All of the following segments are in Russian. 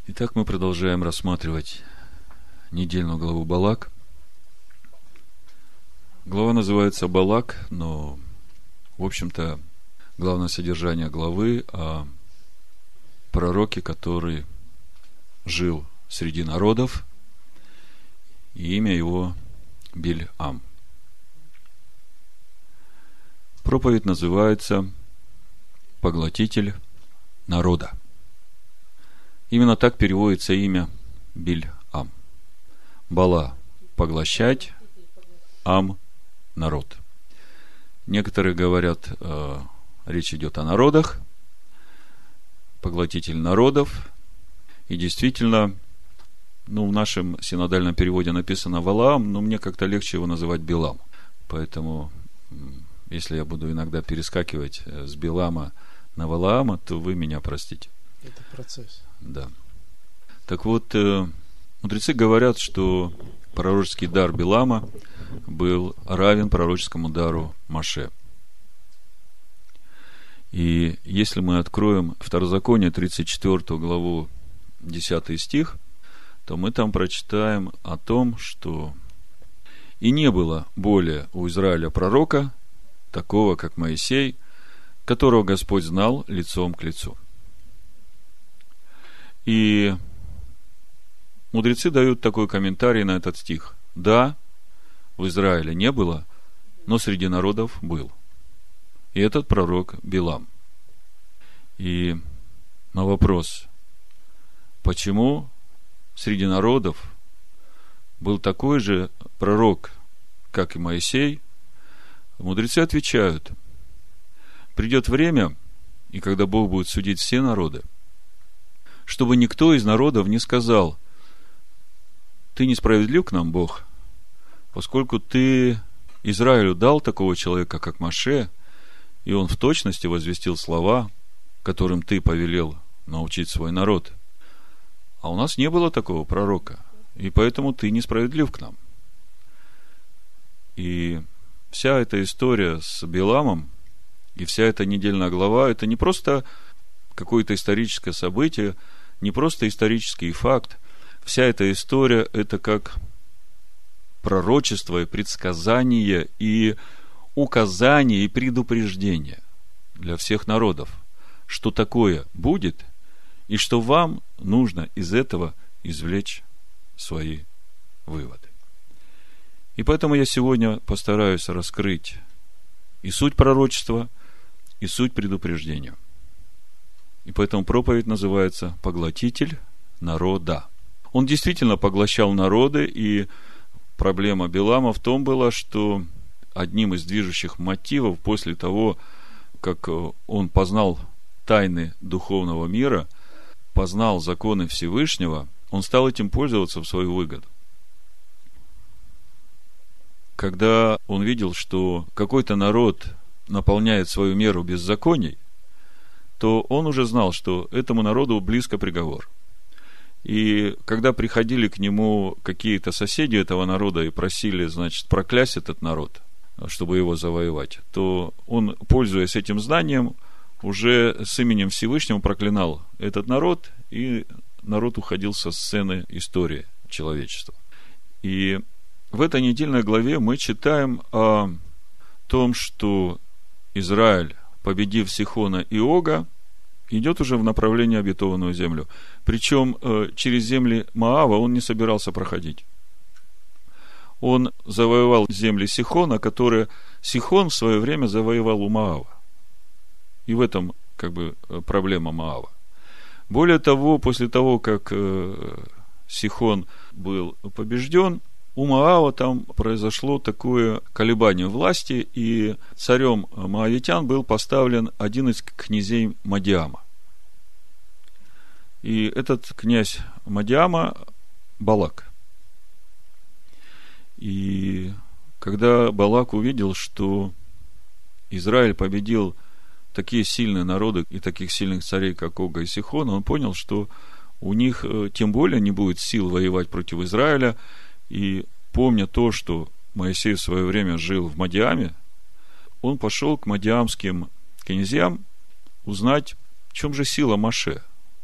Итак, мы продолжаем рассматривать недельную главу Балак. Глава называется Балак, но, в общем-то, главное содержание главы о пророке, который жил среди народов, и имя его Бил'ам. Проповедь называется «Поглотитель народа». Именно так переводится имя Бил'ам. Бала – поглощать, Ам – народ. Некоторые говорят, речь идет о народах, поглотитель народов. И действительно, в нашем синодальном переводе написано Валаам, но мне как-то легче его называть Билам. Поэтому, если я буду иногда перескакивать с Билама на Валаама, то вы меня простите. Это процесс. Да. Так вот, мудрецы говорят, что пророческий дар Билама был равен пророческому дару Моше. И если мы откроем Второзаконие, 34 главу, 10 стих, то мы там прочитаем о том, что «И не было более у Израиля пророка, такого, как Моисей, которого Господь знал лицом к лицу». И мудрецы дают такой комментарий на этот стих. Да, в Израиле не было, но среди народов был. И этот пророк Билам. И на вопрос, почему среди народов был такой же пророк, как и Моисей, мудрецы отвечают: придет время, и когда Бог будет судить все народы, чтобы никто из народов не сказал: ты несправедлив к нам, Бог, поскольку ты Израилю дал такого человека, как Моше, и он в точности возвестил слова, которым ты повелел научить свой народ. А у нас не было такого пророка, и поэтому ты несправедлив к нам. И вся эта история с Биламом и вся эта недельная глава — это не просто какое-то историческое событие, не просто исторический факт. Вся эта история – это как пророчество и предсказание, и указание, и предупреждение для всех народов, что такое будет, и что вам нужно из этого извлечь свои выводы. И поэтому я сегодня постараюсь раскрыть и суть пророчества, и суть предупреждения. И поэтому проповедь называется «Поглотитель народа». Он действительно поглощал народы, и проблема Билама в том была, что одним из движущих мотивов после того, как он познал тайны духовного мира, познал законы Всевышнего, он стал этим пользоваться в свою выгоду. Когда он видел, что какой-то народ наполняет свою меру беззаконий, то он уже знал, что этому народу близко приговор. И когда приходили к нему какие-то соседи этого народа и просили, проклясть этот народ, чтобы его завоевать, то он, пользуясь этим знанием, уже с именем Всевышнего проклинал этот народ, и народ уходил со сцены истории человечества. И в этой недельной главе мы читаем о том, что Израиль, победив Сихона и Ога, идет уже в направлении обетованную землю. Причем через земли Моава он не собирался проходить. Он завоевал земли Сихона, которые Сихон в свое время завоевал у Моава. И в этом проблема Моава. Более того, после того, как Сихон был побежден, у Моава там произошло такое колебание власти, и царем моавитян был поставлен один из князей Мадиама. И этот князь Мадиама – Балак. И когда Балак увидел, что Израиль победил такие сильные народы и таких сильных царей, как Ога и Сихон, он понял, что у них тем более не будет сил воевать против Израиля. И помня то, что Моисей в свое время жил в Мадиаме, он пошел к мадиамским князьям узнать, в чем же сила Моше.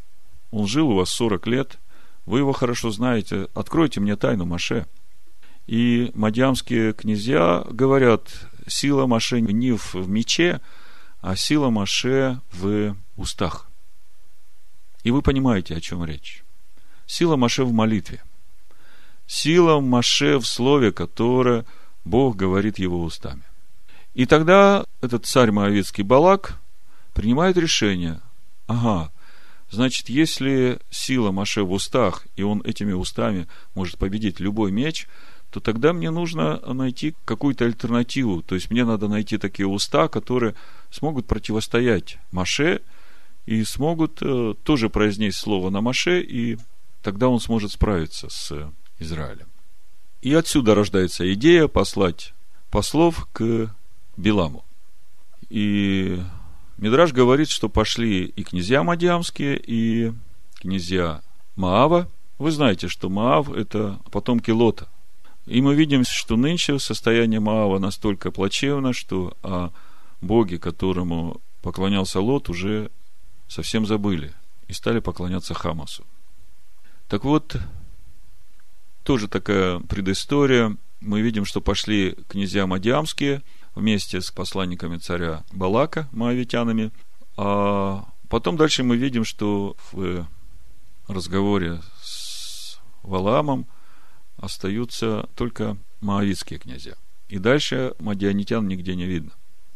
Он жил у вас 40 лет, вы его хорошо знаете, откройте мне тайну Моше. И мадьямские князья говорят, сила Моше не в мече, а сила Моше в устах. И вы понимаете, о чем речь. Сила Моше в молитве. Сила Моше в слове, которое Бог говорит его устами. И тогда этот царь моавитский Балак принимает решение. Ага, значит, если сила Моше в устах, и он этими устами может победить любой меч, то тогда мне нужно найти какую-то альтернативу. То есть мне надо найти такие уста, которые смогут противостоять Моше и смогут тоже произнести слово на Моше, и тогда он сможет справиться с Израилем. И отсюда рождается идея послать послов к Биламу. И Мидраш говорит, что пошли и князья мадьямские, и князья Моава. Вы знаете, что Моав – это потомки Лота. И мы видим, что нынче состояние Моава настолько плачевно, что о Боге, которому поклонялся Лот, уже совсем забыли и стали поклоняться Хамасу. Так вот, тоже такая предыстория. Мы видим, что пошли князья мадьямские вместе с посланниками царя Балака, моавитянами. А потом дальше мы видим, что в разговоре с Валаамом остаются только моавитские князья. И дальше мадьянитян нигде не видно.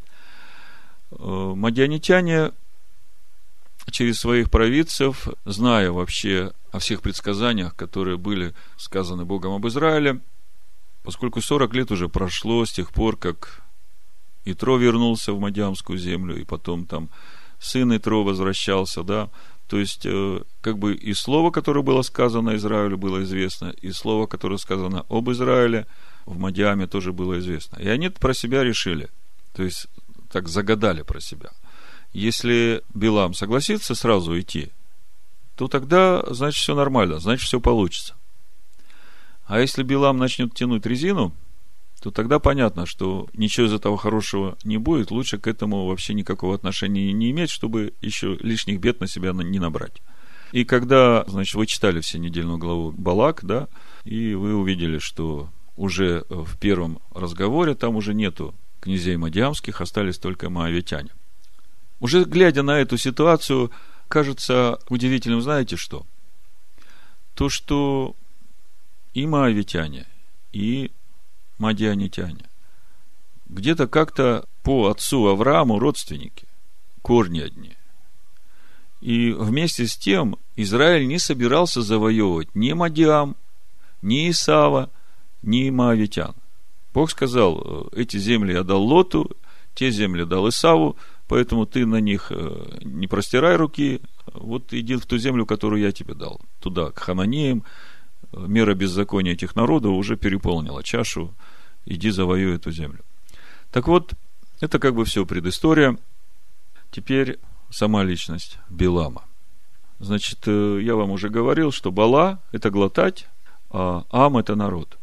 Мадьянитяне через своих провидцев, зная вообще о всех предсказаниях, которые были сказаны Богом об Израиле, поскольку 40 лет уже прошло с тех пор, как Итро вернулся в Мадьямскую землю, и потом там сын Итро возвращался, да, то есть, как бы и слово, которое было сказано Израилю, было известно, и слово, которое сказано об Израиле в Мадьяме, тоже было известно. И они про себя решили, то есть, так загадали про себя. Если Билам согласится сразу идти, то тогда, значит, все нормально, значит, все получится. А если Билам начнет тянуть резину, то тогда понятно, что ничего из этого хорошего не будет, лучше к этому вообще никакого отношения не иметь, чтобы еще лишних бед на себя не набрать. И когда, значит, вы читали все недельную главу Балак, да, и вы увидели, что уже в первом разговоре там уже нету князей мадьямских, остались только моавитяне. Уже глядя на эту ситуацию, кажется удивительным, знаете что? То, что и моавитяне, и мадьянитяне где-то как-то по отцу Аврааму родственники, корни одни. И вместе с тем Израиль не собирался завоевывать ни Мадьям, ни Исава, ни моавитян. Бог сказал, эти земли я дал Лоту, те земли дал Исаву, поэтому ты на них не простирай руки, вот иди в ту землю, которую я тебе дал. Туда, к Хананеям. Мера беззакония этих народов уже переполнила чашу, иди завоюй эту землю. Так вот, это как бы все предыстория. Теперь сама личность Билама. Значит, я вам уже говорил, что Бала – это глотать, а Ам – это народ.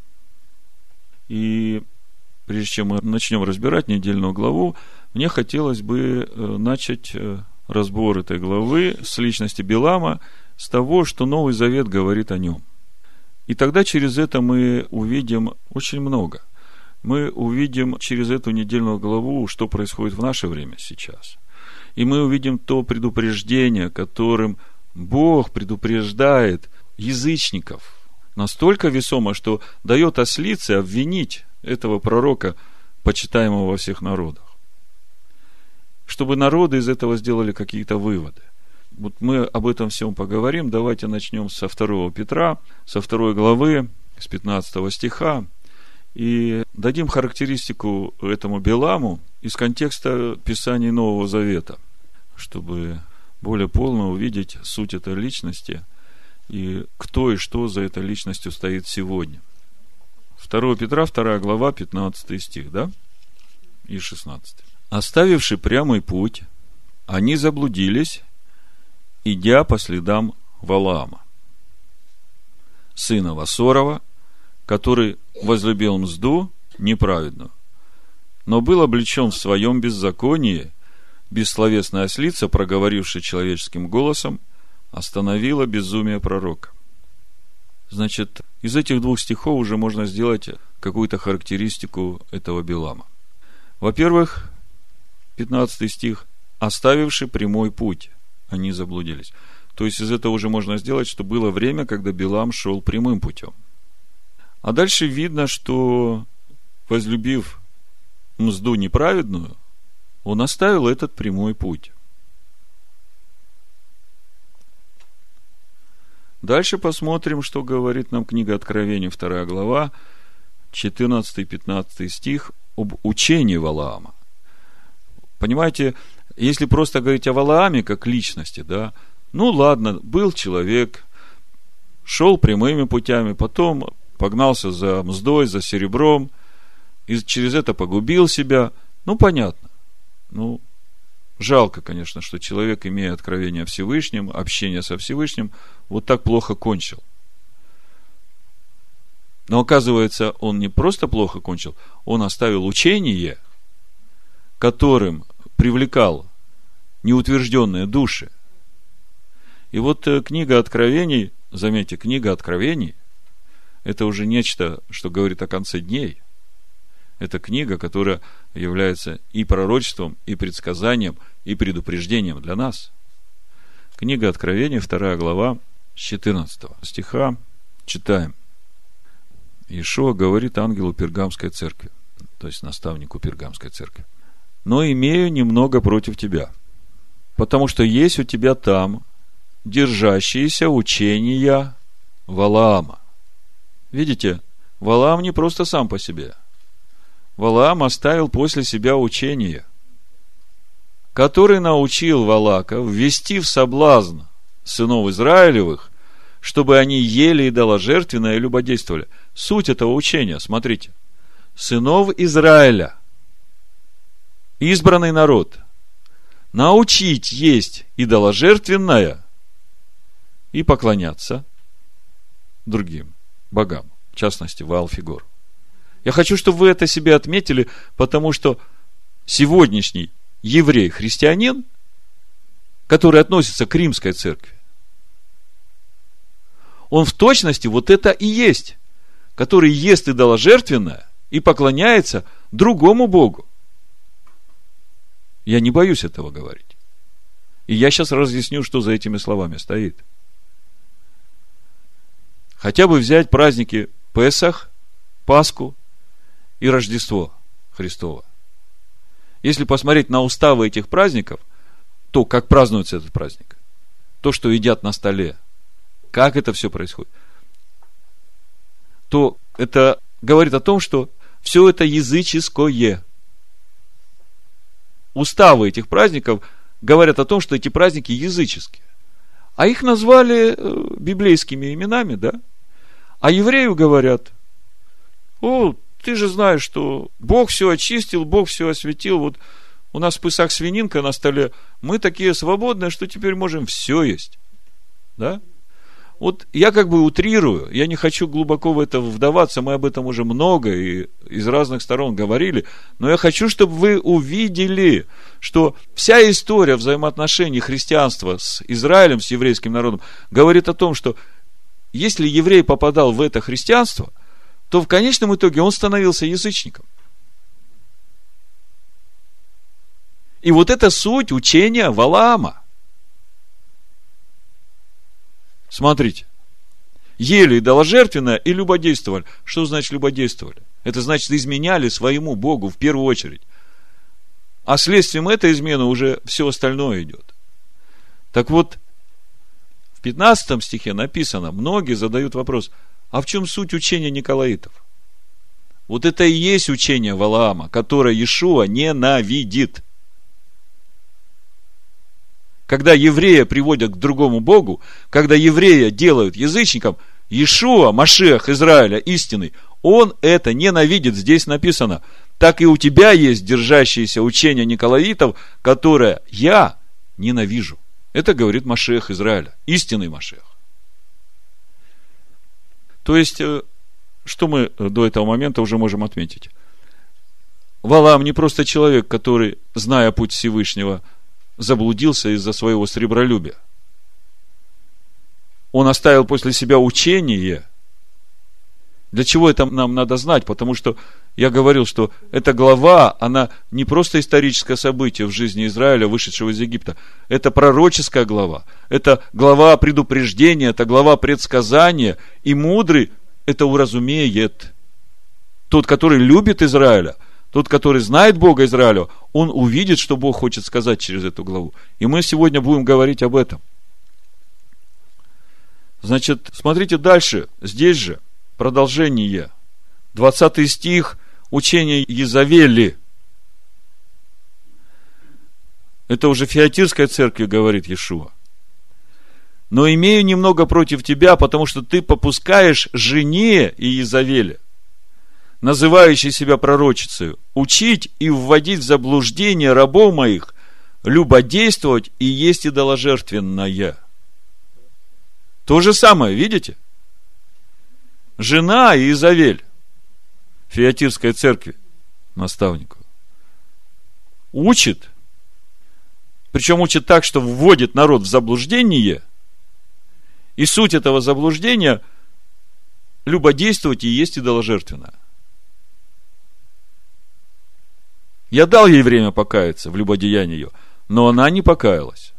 И прежде чем мы начнем разбирать недельную главу, мне хотелось бы начать разбор этой главы с личности Билама, с того, что Новый Завет говорит о нем. И тогда через это мы увидим очень много. Мы увидим через эту недельную главу, что происходит в наше время сейчас. И мы увидим то предупреждение, которым Бог предупреждает язычников. Настолько весомо, что дает ослице обвинить этого пророка, почитаемого во всех народах. Чтобы народы из этого сделали какие-то выводы. Вот мы об этом всем поговорим. Давайте начнем со 2 Петра, со 2 главы, с 15 стиха, и дадим характеристику этому Биламу из контекста Писаний Нового Завета, чтобы более полно увидеть суть этой личности и кто и что за этой личностью стоит сегодня. 2 Петра, 2 глава, 15 стих, да? И 16. «Оставивши прямой путь, они заблудились, идя по следам Валаама, сына Васорова, который возлюбил мзду неправедную, но был облечен в своем беззаконии, бессловесная ослица, проговорившая человеческим голосом, остановило безумие пророка. Значит, из этих двух стихов уже можно сделать какую-то характеристику этого Билама. Во-первых, 15 стих: оставивши прямой путь, они заблудились. То есть из этого уже можно сделать, что было время, когда Билам шел прямым путем. А дальше видно, что, возлюбив мзду неправедную, он оставил этот прямой путь. Дальше посмотрим, что говорит нам книга Откровения, 2 глава, 14-15 стих, об учении Валаама. Понимаете, если просто говорить о Валааме как личности, да, ну ладно, был человек, шел прямыми путями, потом погнался за мздой, за серебром, и через это погубил себя. Ну, понятно. Ну, жалко, конечно, что человек, имея откровение о Всевышнем, общение со Всевышним, вот так плохо кончил. Но оказывается, он не просто плохо кончил, он оставил учение, которым привлекал неутвержденные души. И вот книга Откровений, заметьте, книга Откровений, это уже нечто, что говорит о конце дней. Это книга, которая является и пророчеством, и предсказанием, и предупреждением для нас. Книга Откровения, 2 глава, с 14 стиха, читаем. Иешуа говорит ангелу Пергамской церкви, то есть наставнику Пергамской церкви: но имею немного против тебя, потому что есть у тебя там держащиеся учения Валаама. Видите, Валаам не просто сам по себе. Валаам оставил после себя учение, который научил Валака ввести в соблазн сынов Израилевых, чтобы они ели идоложертвенное и любодействовали. Суть этого учения, смотрите: сынов Израиля, избранный народ, научить есть идоложертвенное и поклоняться другим богам, в частности, Ваал-Фигор. Я хочу, чтобы вы это себе отметили, потому что сегодняшний еврей-христианин, который относится к римской церкви, он в точности вот это и есть, который ест идоложертвенное и поклоняется другому Богу. Я не боюсь этого говорить. И я сейчас разъясню, что за этими словами стоит. Хотя бы взять праздники Песах, Пасху и Рождество Христово. Если посмотреть на уставы этих праздников, то как празднуется этот праздник, то, что едят на столе, как это все происходит, то это говорит о том, что все это языческое. Уставы этих праздников говорят о том, что эти праздники языческие. А их назвали библейскими именами, да? А еврею говорят: о, ты же знаешь, что Бог все очистил, Бог все осветил. Вот у нас в Песах свининка на столе, мы такие свободные, что теперь можем все есть. Да? Вот я как бы утрирую, я не хочу глубоко в это вдаваться, мы об этом уже много и из разных сторон говорили, но я хочу, чтобы вы увидели, что вся история взаимоотношений христианства с Израилем, с еврейским народом, говорит о том, что если еврей попадал в это христианство, то в конечном итоге он становился язычником. И вот это суть учения Валаама. Смотрите. Ели идоложертвенное и любодействовали. Что значит любодействовали? Это значит, изменяли своему Богу в первую очередь. А следствием этой измены уже все остальное идет. Так вот, в 15 стихе написано, многие задают вопрос: а в чем суть учения Николаитов? Вот это и есть учение Валаама, которое Иешуа ненавидит. Когда еврея приводят к другому Богу, когда еврея делают язычником, Иешуа, Машиах Израиля истинный, он это ненавидит. Здесь написано: так и у тебя есть держащееся учение Николаитов, которое я ненавижу. Это говорит Машиах Израиля, истинный Машиах. То есть, что мы до этого момента уже можем отметить? Валаам не просто человек, который, зная путь Всевышнего, заблудился из-за своего сребролюбия. Он оставил после себя учение. Для чего это нам надо знать? Потому что я говорил, что эта глава, она не просто историческое событие в жизни Израиля, вышедшего из Египта. Это пророческая глава. Это глава предупреждения, это глава предсказания. И мудрый это уразумеет. Тот, который любит Израиля, тот, который знает Бога Израиля, он увидит, что Бог хочет сказать через эту главу. И мы сегодня будем говорить об этом. Значит, смотрите дальше. Здесь же продолжение. 20 стих. Учение Иезавели. Это уже Фиатирской церкви говорит Иешуа. Но имею немного против тебя, потому что ты попускаешь жене Иезавели, называющей себя пророчицей, учить и вводить в заблуждение рабов моих, любодействовать и есть идоложертвенное. То же самое, видите? Жена Иезавель, Фиатирской церкви, наставнику, учит, причем учит так, что вводит народ в заблуждение, и суть этого заблуждения – любодействовать и есть идоложертвенное. Я дал ей время покаяться в любодеянии ее, но она не покаялась.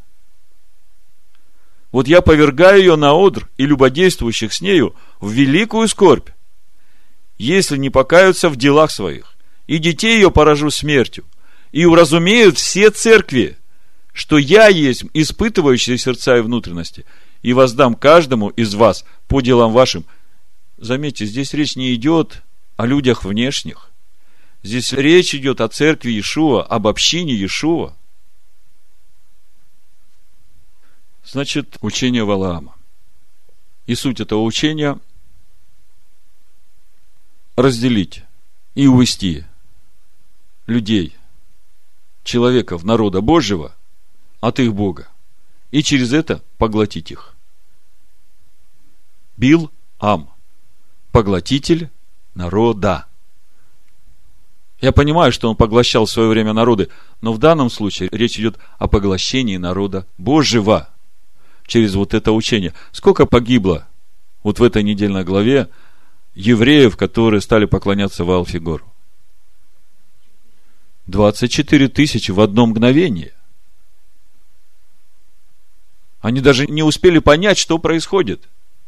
Вот я повергаю ее на одр и любодействующих с нею в великую скорбь, если не покаются в делах своих, и детей ее поражу смертью, и уразумеют все церкви, что я есть испытывающий сердца и внутренности, и воздам каждому из вас по делам вашим. Заметьте, здесь речь не идет о людях внешних. Здесь речь идет о церкви Иешуа, об общине Иешуа. Значит, учение Валаама. И суть этого учения – разделить и увести людей, человеков, народа Божьего от их Бога, и через это поглотить их. Бил-ам, поглотитель народа. Я понимаю, что он поглощал в свое время народы, но в данном случае речь идет о поглощении народа Божьего через вот это учение. Сколько погибло вот в этой недельной главе евреев, которые стали поклоняться Ваал-Фигору? 24 тысячи в одно мгновение. Они даже не успели понять, что происходит.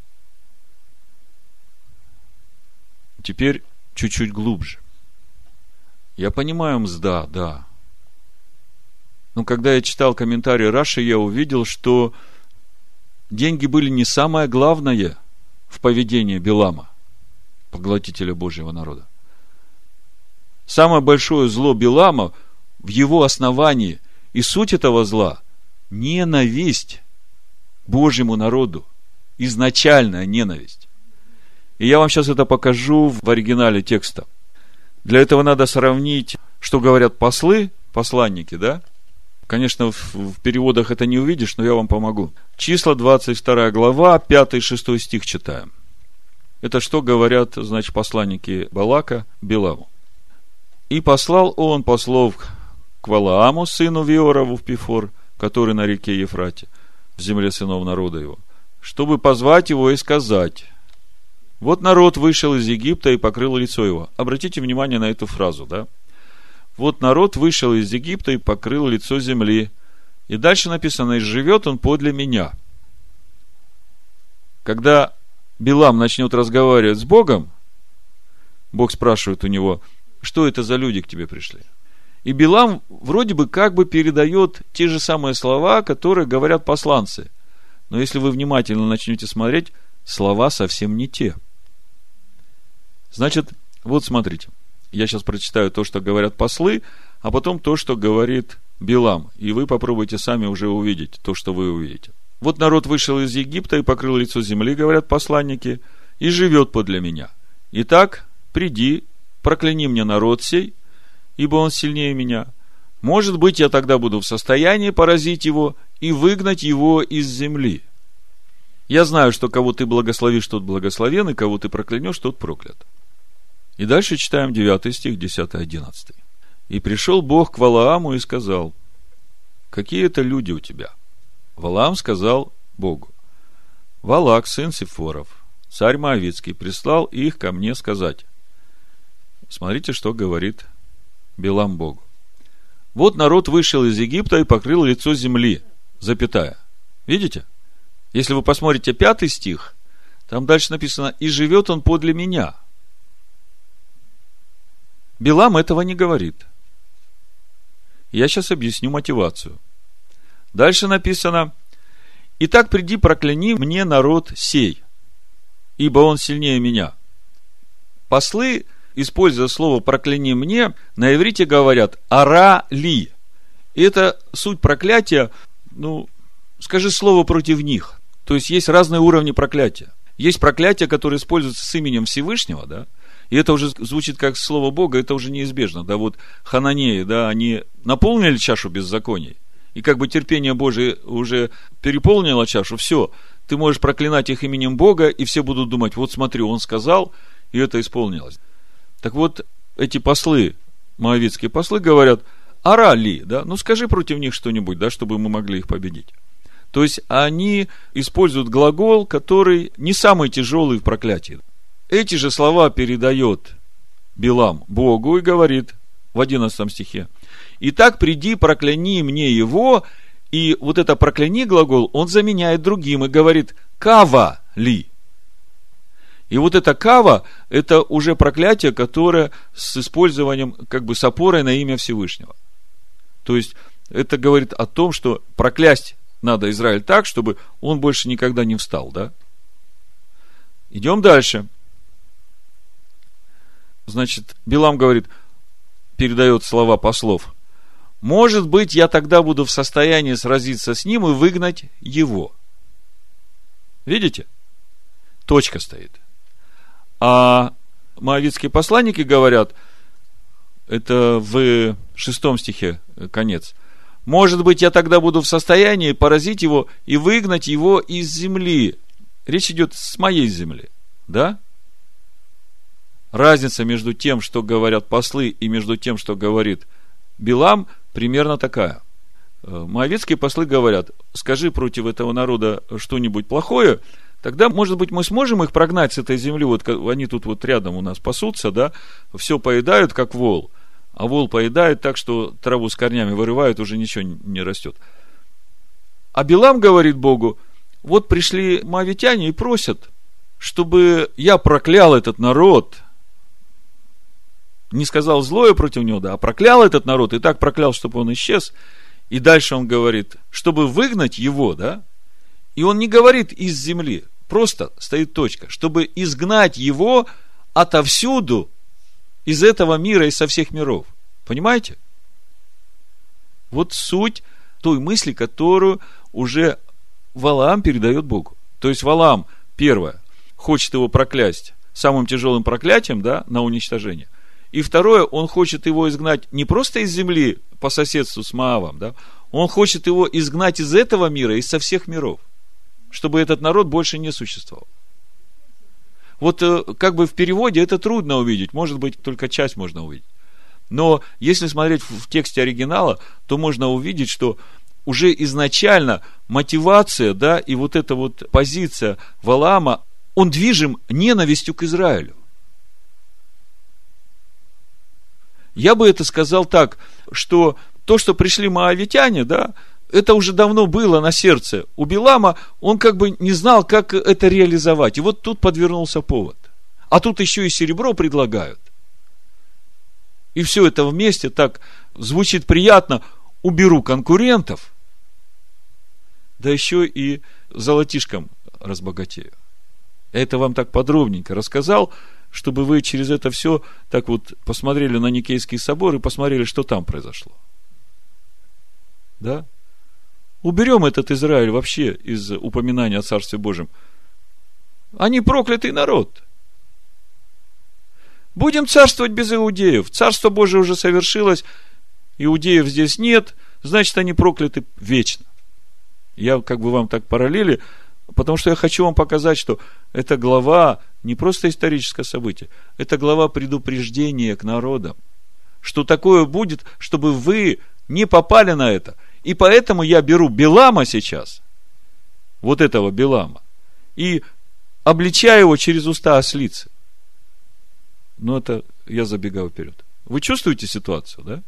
Теперь чуть-чуть глубже. Я понимаю, мзда, да. Но когда я читал комментарии Раши, я увидел, что деньги были не самое главное в поведении Билама, поглотителя Божьего народа. Самое большое зло Билама в его основании, и суть этого зла – ненависть Божьему народу, изначальная ненависть. И я вам сейчас это покажу в оригинале текста. Для этого надо сравнить, что говорят послы, посланники, да? Конечно, в переводах это не увидишь, но я вам помогу. Числа 22 глава, 5-6 стих читаем. Это что говорят, значит, посланники Балака Биламу. «И послал он послов к Валааму, сыну Виорову, в Пифор, который на реке Ефрате, в земле сынов народа его, чтобы позвать его и сказать: вот народ вышел из Египта и покрыл лицо его». Обратите внимание на эту фразу, да? Вот народ вышел из Египта и покрыл лицо земли. И дальше написано: и живет он подле меня. Когда Билам начнет разговаривать с Богом, Бог спрашивает у него: что это за люди к тебе пришли? И Билам вроде бы как бы передает те же самые слова, которые говорят посланцы. Но если вы внимательно начнете смотреть, слова совсем не те. Значит, вот смотрите. Я сейчас прочитаю то, что говорят послы, а потом то, что говорит Билам. И вы попробуйте сами уже увидеть то, что вы увидите. Вот народ вышел из Египта и покрыл лицо земли, говорят посланники, и живет подле меня. Итак, приди, прокляни мне народ сей, ибо он сильнее меня. Может быть, я тогда буду в состоянии поразить его и выгнать его из земли. Я знаю, что кого ты благословишь, тот благословен, и кого ты проклянешь, тот проклят. И дальше читаем 9 стих, 10-11. И пришел Бог к Валааму и сказал: какие это люди у тебя? Валаам сказал Богу: Валак, сын Сифоров, царь Моавицкий, прислал их ко мне сказать. Смотрите, что говорит Билам Богу. Вот народ вышел из Египта и покрыл лицо земли, запятая. Видите? Если вы посмотрите 5 стих, там дальше написано: и живет он подле меня. Билам этого не говорит. Я сейчас объясню мотивацию. Дальше написано: итак, приди, прокляни мне народ сей, ибо он сильнее меня. Послы, используя слово «прокляни мне», на иврите говорят «ара ли». И это суть проклятия, скажи слово против них. То есть, есть разные уровни проклятия. Есть проклятие, которое используется с именем Всевышнего, да, и это уже звучит как слово Бога, это уже неизбежно. Да, вот хананеи, да, они наполнили чашу беззаконий, и как бы терпение Божие уже переполнило чашу, все, ты можешь проклинать их именем Бога, и все будут думать: вот смотри, он сказал, и это исполнилось. Так вот, эти послы, моавитские послы, говорят: ара ли, да, скажи против них что-нибудь, да, чтобы мы могли их победить. То есть, они используют глагол, который не самый тяжелый в проклятии. Эти же слова передает Билам Богу и говорит в 11 стихе: итак, приди, прокляни мне его. И вот это прокляни глагол он заменяет другим и говорит: кава ли. И вот это кава, это уже проклятие, которое с использованием, как бы с опорой на имя Всевышнего. То есть, это говорит о том, что проклясть надо Израиль так, чтобы он больше никогда не встал, да? Идем дальше. Значит, Билам говорит, передает слова послов: может быть, я тогда буду в состоянии сразиться с ним и выгнать его. Видите? Точка стоит. А моавитские посланники говорят, это в 6 стихе конец: может быть, я тогда буду в состоянии поразить его и выгнать его из земли. Речь идет с моей земли, да? Разница между тем, что говорят послы, и между тем, что говорит Билам, примерно такая. Моавитские послы говорят: скажи против этого народа что-нибудь плохое, тогда, может быть, мы сможем их прогнать с этой земли. Вот они тут вот рядом у нас пасутся, да, все поедают, как вол. А вол поедает так, что траву с корнями вырывают, уже ничего не растет. А Билам говорит Богу: вот пришли моавитяне и просят, чтобы я проклял этот народ. Не сказал злое против него, да, а проклял этот народ, и так проклял, чтобы он исчез. И дальше он говорит, чтобы выгнать его, да, и он не говорит из земли, просто стоит точка, чтобы изгнать его отовсюду, из этого мира и со всех миров. Понимаете? Вот суть той мысли, которую уже Валаам передает Богу. То есть Валаам, первое, хочет его проклясть самым тяжелым проклятием, да, на уничтожение. И второе, он хочет его изгнать не просто из земли по соседству с Моавом, да, он хочет его изгнать из этого мира и со всех миров, чтобы этот народ больше не существовал. Вот как бы в переводе это трудно увидеть, может быть, только часть можно увидеть. Но если смотреть в тексте оригинала, то можно увидеть, что уже изначально мотивация, да, и вот эта вот позиция Валаама, он движим ненавистью к Израилю. Я бы это сказал так, что то, что пришли моавитяне, да, это уже давно было на сердце у Билама, он как бы не знал, как это реализовать. И вот тут подвернулся повод. А тут еще и серебро предлагают. И все это вместе так звучит приятно. Уберу конкурентов, да еще и золотишком разбогатею. Я это вам так подробненько рассказал, чтобы вы через это все так вот посмотрели на Никейский собор и посмотрели, что там произошло. Да? Уберем этот Израиль вообще из упоминания о Царстве Божьем. Они проклятый народ. Будем царствовать без иудеев. Царство Божие уже совершилось, иудеев здесь нет, значит, они прокляты вечно. Я как бы вам так параллели, потому что я хочу вам показать, что эта глава не просто историческое событие, это глава предупреждения к народам, что такое будет, чтобы вы не попали на это. И поэтому я беру Билама сейчас, вот этого Билама, и обличая его через уста ослицы. Но это я забегаю вперед. Вы чувствуете ситуацию, да?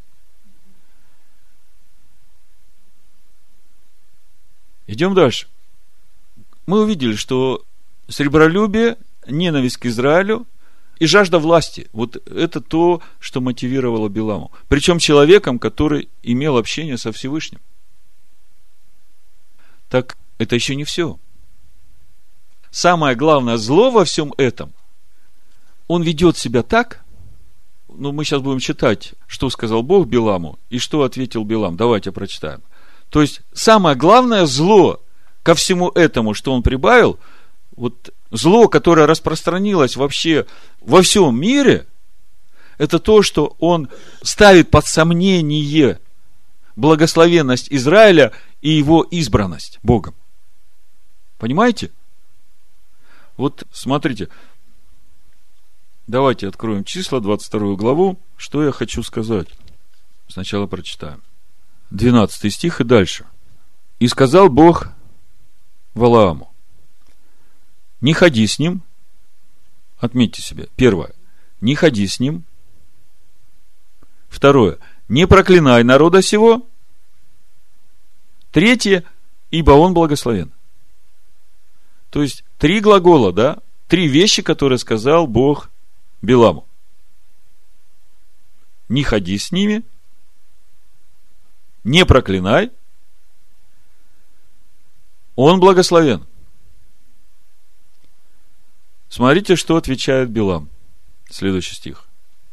Идем дальше. Мы увидели, что сребролюбие, ненависть к Израилю и жажда власти. Вот это то, что мотивировало Биламу. Причем человеком, который имел общение со Всевышним. Так это еще не все. Самое главное зло во всем этом, он ведет себя так, мы сейчас будем читать, что сказал Бог Биламу и что ответил Билам. Давайте прочитаем. То есть, самое главное зло ко всему этому, что он прибавил, вот зло, которое распространилось вообще во всем мире, это то, что он ставит под сомнение благословенность Израиля и его избранность Богом. Понимаете? Вот смотрите. Давайте откроем числа, 22 главу. Что я хочу сказать? Сначала прочитаем. 12 стих и дальше. «И сказал Бог Валааму: не ходи с ним». Отметьте себе. Первое. Не ходи с ним. Второе. Не проклинай народа сего. Третье. Ибо он благословен. То есть, 3 глагола, да? 3 вещи, которые сказал Бог Биламу. Не ходи с ними. Не проклинай. Он благословен. Смотрите, что отвечает Билам. Следующий стих.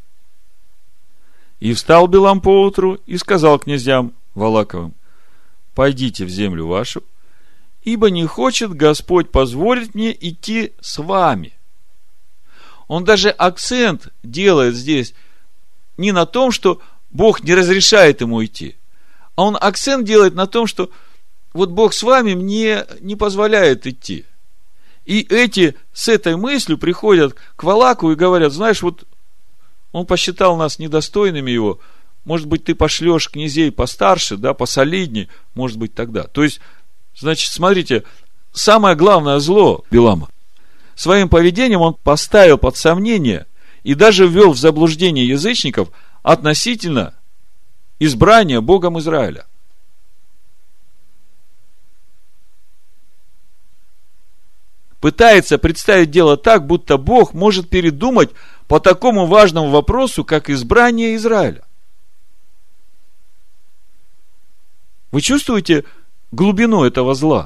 «И встал Билам поутру и сказал князьям Валаковым: пойдите в землю вашу, ибо не хочет Господь позволить мне идти с вами». Он даже акцент делает здесь не на том, что Бог не разрешает ему идти, а он акцент делает на том, что вот Бог с вами мне не позволяет идти. И эти с этой мыслью приходят к Валаку и говорят: знаешь, вот он посчитал нас недостойными его, может быть, ты пошлешь князей постарше, да, посолиднее, может быть, тогда. То есть, значит, смотрите, самое главное зло Билама. Своим поведением он поставил под сомнение и даже ввел в заблуждение язычников относительно избрания Богом Израиля. Пытается представить дело так, будто Бог может передумать по такому важному вопросу, как избрание Израиля. Вы чувствуете глубину этого зла?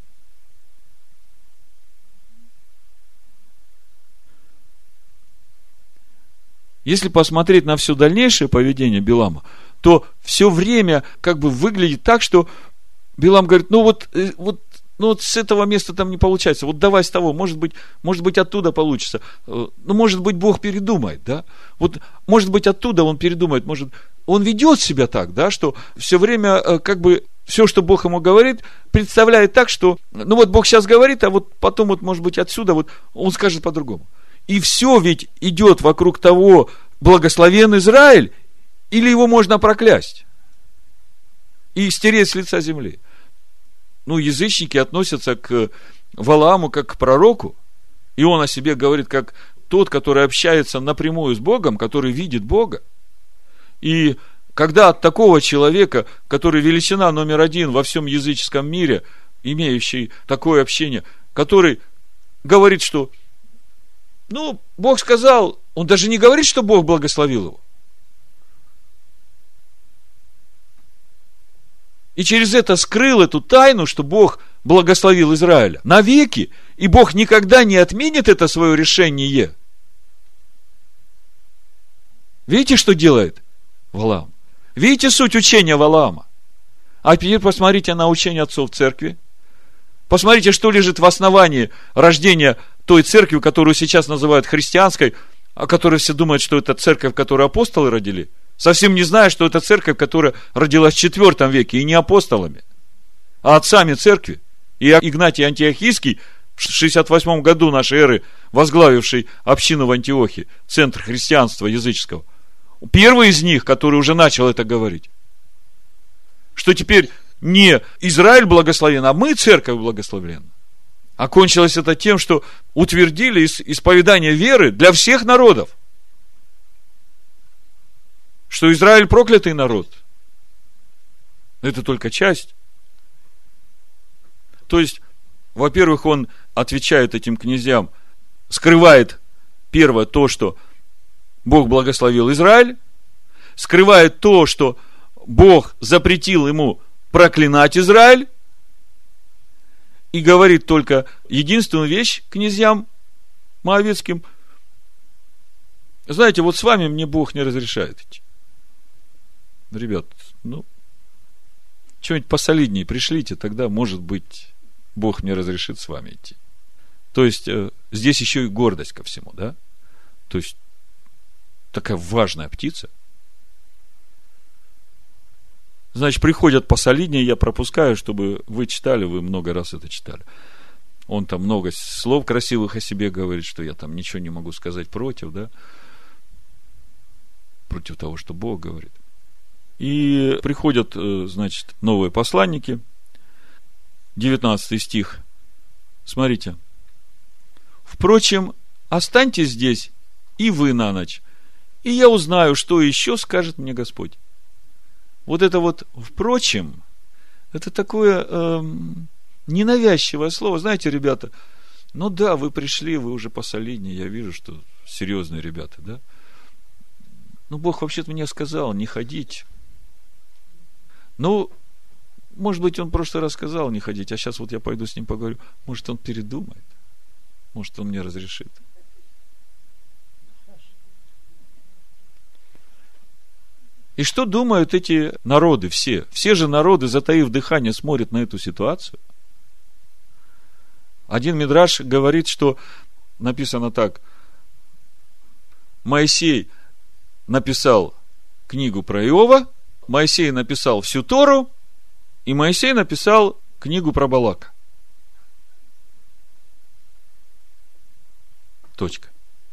Если посмотреть на все дальнейшее поведение Билама, то все время как бы выглядит так, что Билам говорит: ну вот с этого места там не получается, вот давай с того, может быть оттуда получится, может быть Бог передумает, да, вот может быть оттуда он передумает, он ведет себя так, да, что все время как бы все, что Бог ему говорит, представляет так, что вот Бог сейчас говорит, а вот потом вот может быть отсюда вот он скажет по-другому. И все ведь идет вокруг того, благословен Израиль, или его можно проклясть и стереть с лица земли. Язычники относятся к Валааму как к пророку, и он о себе говорит как тот, который общается напрямую с Богом, который видит Бога. И когда от такого человека, который величина номер 1 во всем языческом мире, имеющий такое общение, который говорит, что Бог сказал, он даже не говорит, что Бог благословил его. И через это скрыл эту тайну, что Бог благословил Израиля навеки, и Бог никогда не отменит это свое решение. Видите, что делает Валаам? Видите суть учения Валаама? А теперь посмотрите на учение отцов церкви. Посмотрите, что лежит в основании рождения той церкви, которую сейчас называют христианской, о которой все думают, что это церковь, которую апостолы родили, совсем не зная, что это церковь, которая родилась в IV веке, и не апостолами, а отцами церкви. И Игнатий Антиохийский, в 68 году нашей эры, возглавивший общину в Антиохии, центр христианства языческого, первый из них, который уже начал это говорить, что теперь не Израиль благословен, а мы, церковь, благословленна. Окончилось это тем, что утвердили исповедание веры для всех народов. Что Израиль проклятый народ. Это только часть. То есть, во-первых, он отвечает этим князьям, скрывает первое то, что Бог благословил Израиль, скрывает то, что Бог запретил ему проклинать Израиль, и говорит только единственную вещь князьям моавитским: знаете, вот с вами мне Бог не разрешает идти. Ребят, что-нибудь посолиднее пришлите, тогда, может быть, Бог мне разрешит с вами идти. То есть, здесь еще и гордость ко всему, да? То есть, такая важная птица. Значит, приходят посолиднее, я пропускаю, чтобы вы читали, вы много раз это читали. Он там много слов красивых о себе говорит, что я там ничего не могу сказать против, да? Против того, что Бог говорит. И приходят, значит, новые посланники. 19 стих. Смотрите. Впрочем, останьтесь здесь и вы на ночь, и я узнаю, что еще скажет мне Господь. Вот это вот впрочем, это такое ненавязчивое слово. Знаете, ребята, да, вы пришли, вы уже посолиднее, я вижу, что серьезные ребята, да? Бог вообще-то мне сказал не ходить. Может быть, он в прошлый раз сказал не ходить, а сейчас вот я пойду с ним поговорю. Может, он передумает. Может, он мне разрешит. И что думают эти народы все? Все же народы, затаив дыхание, смотрят на эту ситуацию. Один мидраш говорит, что написано так: Моисей написал книгу про Иова, Моисей написал всю Тору, и Моисей написал книгу про Балака. Точка.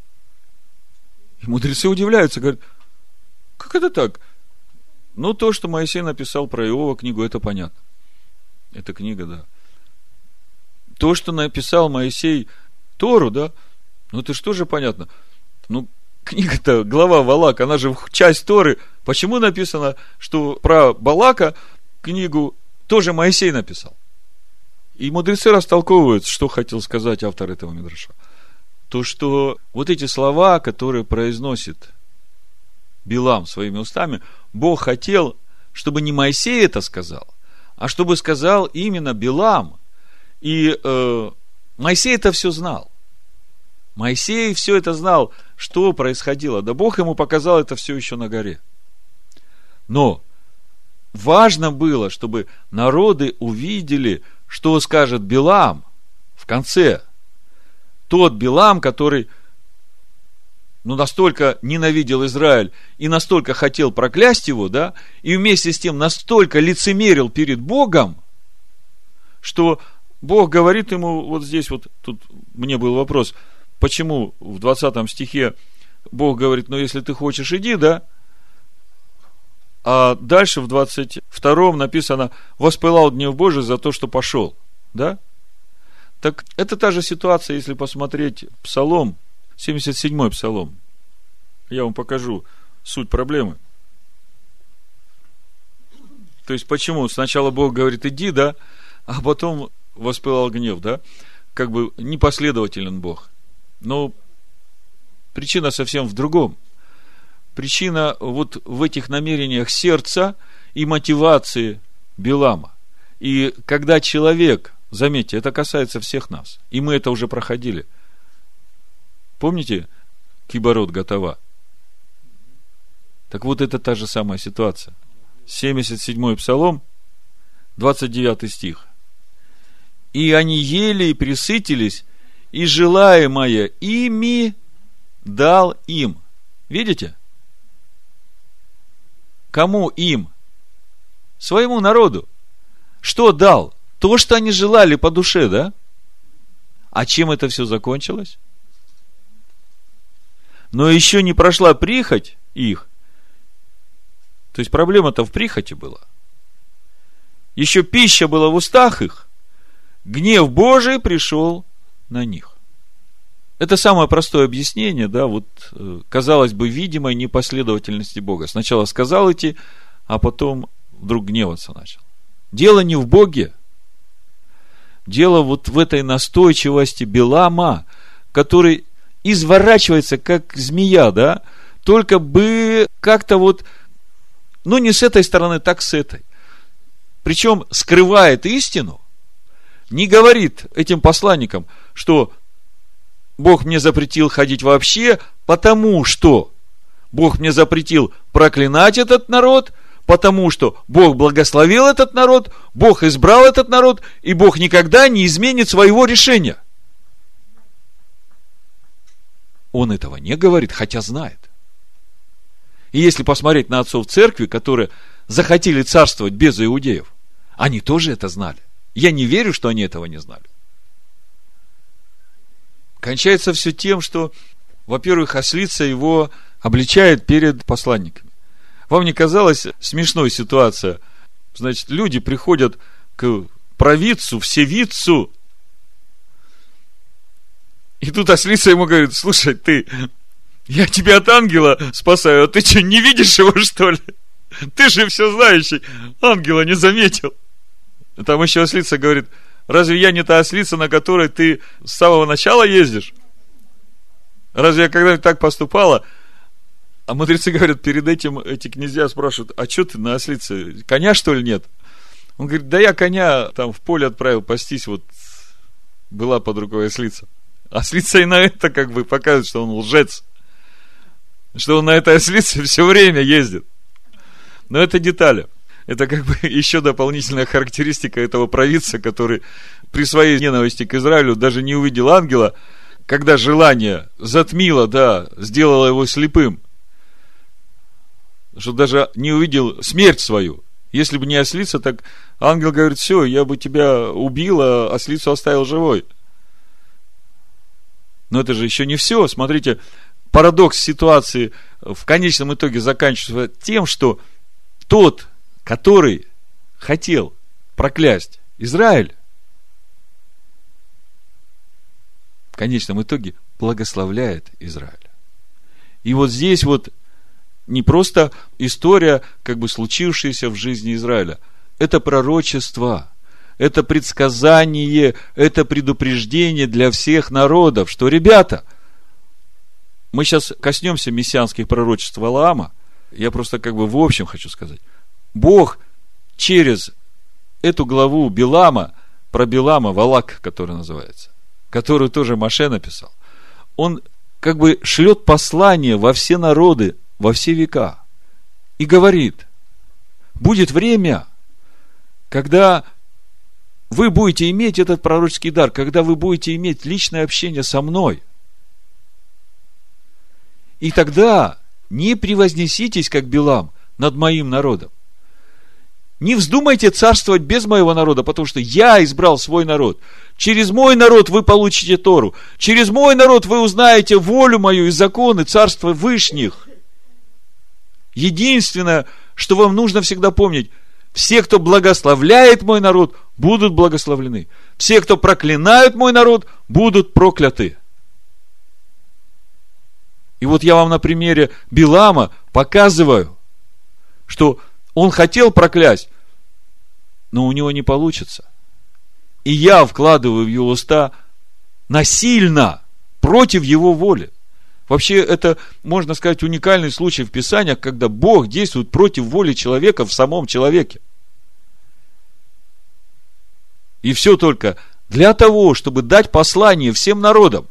И мудрецы удивляются, говорят: как это так? То, что Моисей написал про Иова книгу, это понятно. Это книга, да. То, что написал Моисей Тору, да, это что же понятно? Книга-то, глава Балак, она же часть Торы. Почему написано, что про Балака книгу тоже Моисей написал? И мудрецы растолковывают, что хотел сказать автор этого мидраша. То, что вот эти слова, которые произносит Билам своими устами, Бог хотел, чтобы не Моисей это сказал, а чтобы сказал именно Билам. И Моисей это все знал. Моисей все это знал, что происходило. Да Бог ему показал это все еще на горе. Но важно было, чтобы народы увидели, что скажет Билам в конце. Тот Билам, который настолько ненавидел Израиль и настолько хотел проклясть его, да, и вместе с тем настолько лицемерил перед Богом, что Бог говорит ему, вот здесь вот, тут мне был вопрос, почему в 20 стихе Бог говорит: если ты хочешь, иди, да, а дальше в 22 написано: воспылал гнев Божий за то, что пошел, да? Так это та же ситуация, если посмотреть Псалом, 77-й Псалом. Я вам покажу суть проблемы. То есть, почему сначала Бог говорит: иди, да, а потом воспылал гнев, да? Как бы непоследователен Бог. Но причина совсем в другом. Причина вот в этих намерениях сердца и мотивации Билама. И когда человек, заметьте, это касается всех нас, и мы это уже проходили. Помните киборот Готова? Так вот, это та же самая ситуация. 77-й Псалом, 29 стих. И они ели и пресытились, и желаемое ими дал им. Видите? Кому им? Своему народу. Что дал? То, что они желали по душе, да? А чем это все закончилось? Но еще не прошла прихоть их. То есть проблема-то в прихоти была. Еще пища была в устах их. гнев Божий пришел на них. Это самое простое объяснение, да, вот, казалось бы, видимой непоследовательности Бога. Сначала сказал идти, а потом вдруг гневаться начал. Дело не в Боге. Дело вот в этой настойчивости Билама, который изворачивается, как змея, да, только бы как-то вот, ну, не с этой стороны, так с этой. Причем скрывает истину, не говорит этим посланникам, что Бог мне запретил ходить вообще, потому что Бог мне запретил проклинать этот народ, потому что Бог благословил этот народ, Бог избрал этот народ, и Бог никогда не изменит своего решения. Он этого не говорит, хотя знает. И если посмотреть на отцов церкви, которые захотели царствовать без иудеев, они тоже это знали. Я не верю, что они этого не знали. Кончается все тем, что, во-первых, ослица его обличает перед посланниками. Вам не казалась смешной ситуация? Значит, люди приходят к провидцу, всевидцу, и тут ослица ему говорит: слушай, я тебя от ангела спасаю, а ты что, не видишь его, что ли? Ты же все знающий, ангела не заметил. Там еще ослица говорит: разве я не та ослица, на которой ты с самого начала ездишь? Разве я когда-нибудь так поступала? А мудрецы говорят, перед этим эти князья спрашивают: а что ты на ослице? Коня, что ли, нет? Он говорит: да я коня там в поле отправил пастись, вот была под рукой ослица. Ослица и на это как бы показывает, что он лжец. Что он на этой ослице все время ездит. Но это детали. Это как бы еще дополнительная характеристика этого провидца, который при своей ненависти к Израилю даже не увидел ангела, когда желание затмило, да, сделало его слепым, что даже не увидел смерть свою. Если бы не ослица, так ангел говорит: все, я бы тебя убил, а ослицу оставил живой. Но это же еще не все. Смотрите, парадокс ситуации в конечном итоге заканчивается тем, что тот, который хотел проклясть Израиль, в конечном итоге благословляет Израиль. И вот здесь вот не просто история, как бы случившаяся в жизни Израиля. Это пророчество, это предсказание, это предупреждение для всех народов, что, ребята, мы сейчас коснемся мессианских пророчеств Валаама. Я просто как бы в общем хочу сказать. Бог через эту главу Билама, про Билама, Валак, который называется, которую тоже Моше написал, он как бы шлет послание во все народы, во все века. И говорит: будет время, когда вы будете иметь этот пророческий дар, когда вы будете иметь личное общение со мной. И тогда не превознеситесь, как Билам, над моим народом. Не вздумайте царствовать без моего народа, потому что я избрал свой народ. Через мой народ вы получите Тору. Через мой народ вы узнаете волю мою и законы царства вышних. Единственное, что вам нужно всегда помнить: все, кто благословляет мой народ, будут благословлены. Все, кто проклинают мой народ, будут прокляты. И вот я вам на примере Билама показываю, что он хотел проклясть, но у него не получится. И я вкладываю в его уста насильно, против его воли. Вообще, это, можно сказать, уникальный случай в Писаниях, когда Бог действует против воли человека в самом человеке. И все только для того, чтобы дать послание всем народам.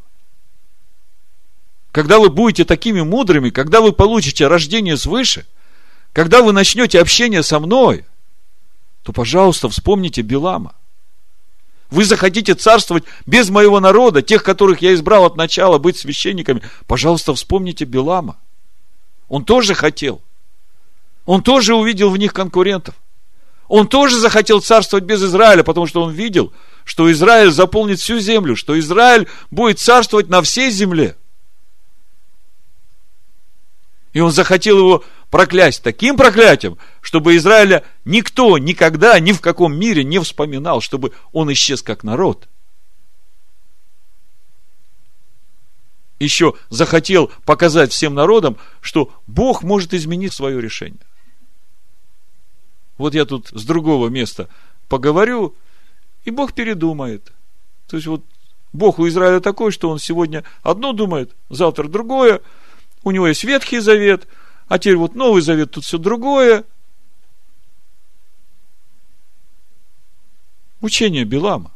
Когда вы будете такими мудрыми, когда вы получите рождение свыше, когда вы начнете общение со мной, то, пожалуйста, вспомните Билама. Вы захотите царствовать без моего народа, тех, которых я избрал от начала быть священниками, пожалуйста, вспомните Билама. Он тоже хотел. Он тоже увидел в них конкурентов. Он тоже захотел царствовать без Израиля, потому что он видел, что Израиль заполнит всю землю, что Израиль будет царствовать на всей земле. И он захотел его проклясть таким проклятием, чтобы Израиля никто никогда, ни в каком мире не вспоминал, чтобы он исчез как народ. Еще захотел показать всем народам, что Бог может изменить свое решение. Вот я тут с другого места поговорю, и Бог передумает. То есть вот Бог у Израиля такой, что он сегодня одно думает, завтра другое. У него есть Ветхий Завет, а теперь вот Новый Завет, тут все другое. Учение Билама.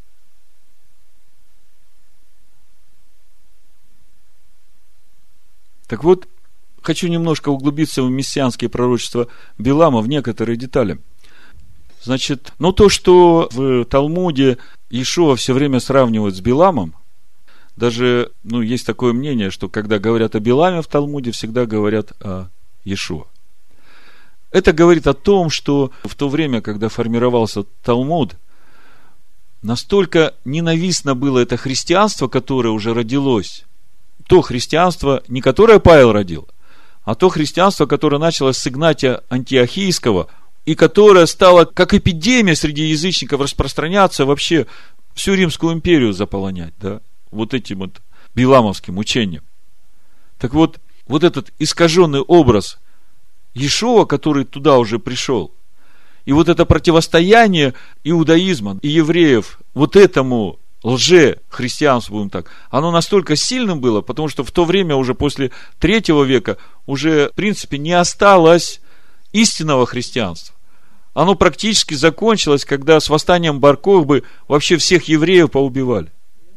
Так вот, хочу немножко углубиться в мессианские пророчества Билама в некоторые детали. Значит, то, что в Талмуде Иешуа все время сравнивают с Биламом, даже, есть такое мнение, что когда говорят о Биламе в Талмуде, всегда говорят о Иешуа. Это говорит о том, что в то время, когда формировался Талмуд, настолько ненавистно было это христианство, которое уже родилось, то христианство, не которое Павел родил, а то христианство, которое началось с Игнатия Антиохийского, и которое стало как эпидемия среди язычников распространяться, вообще всю Римскую империю заполонять, да, вот этим вот биламовским учением. Так вот этот искаженный образ Иешуа, который туда уже пришел, и вот это противостояние иудаизма и евреев вот этому лже-христианству, будем так, оно настолько сильным было, потому что в то время, уже после 3 века, уже, в принципе, не осталось истинного христианства. Оно практически закончилось, когда с восстанием Бар-Кохбы вообще всех евреев поубивали.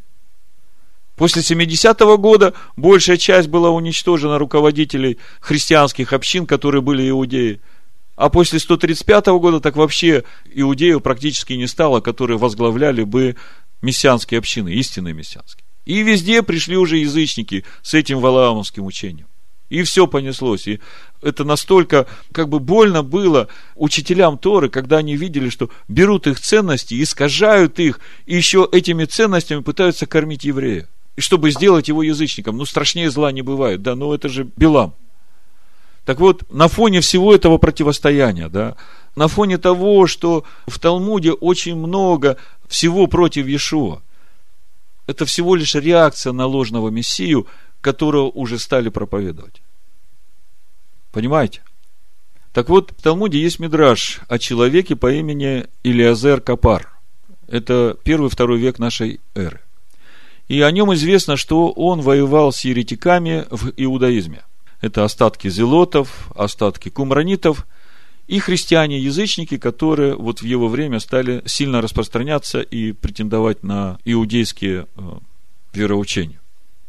После 70-го года большая часть была уничтожена руководителей христианских общин, которые были иудеи. А после 135 года так вообще иудеев практически не стало, которые возглавляли бы мессианские общины, истинные мессианские. И везде пришли уже язычники с этим валаамовским учением. И все понеслось. И это настолько больно было учителям Торы, когда они видели, что берут их ценности, искажают их, и еще этими ценностями пытаются кормить еврея. И чтобы сделать его язычником. Страшнее зла не бывает. Да, это же Билам. Так вот, на фоне всего этого противостояния, да, на фоне того, что в Талмуде очень много всего против Иешуа, это всего лишь реакция на ложного Мессию, которого уже стали проповедовать. Понимаете? Так вот, в Талмуде есть мидраш о человеке по имени Элиазер Капар. Это 1-2 век нашей эры. И о нем известно, что он воевал с еретиками в иудаизме. Это остатки зелотов, остатки кумранитов и христиане-язычники, которые в его время стали сильно распространяться и претендовать на иудейские вероучения.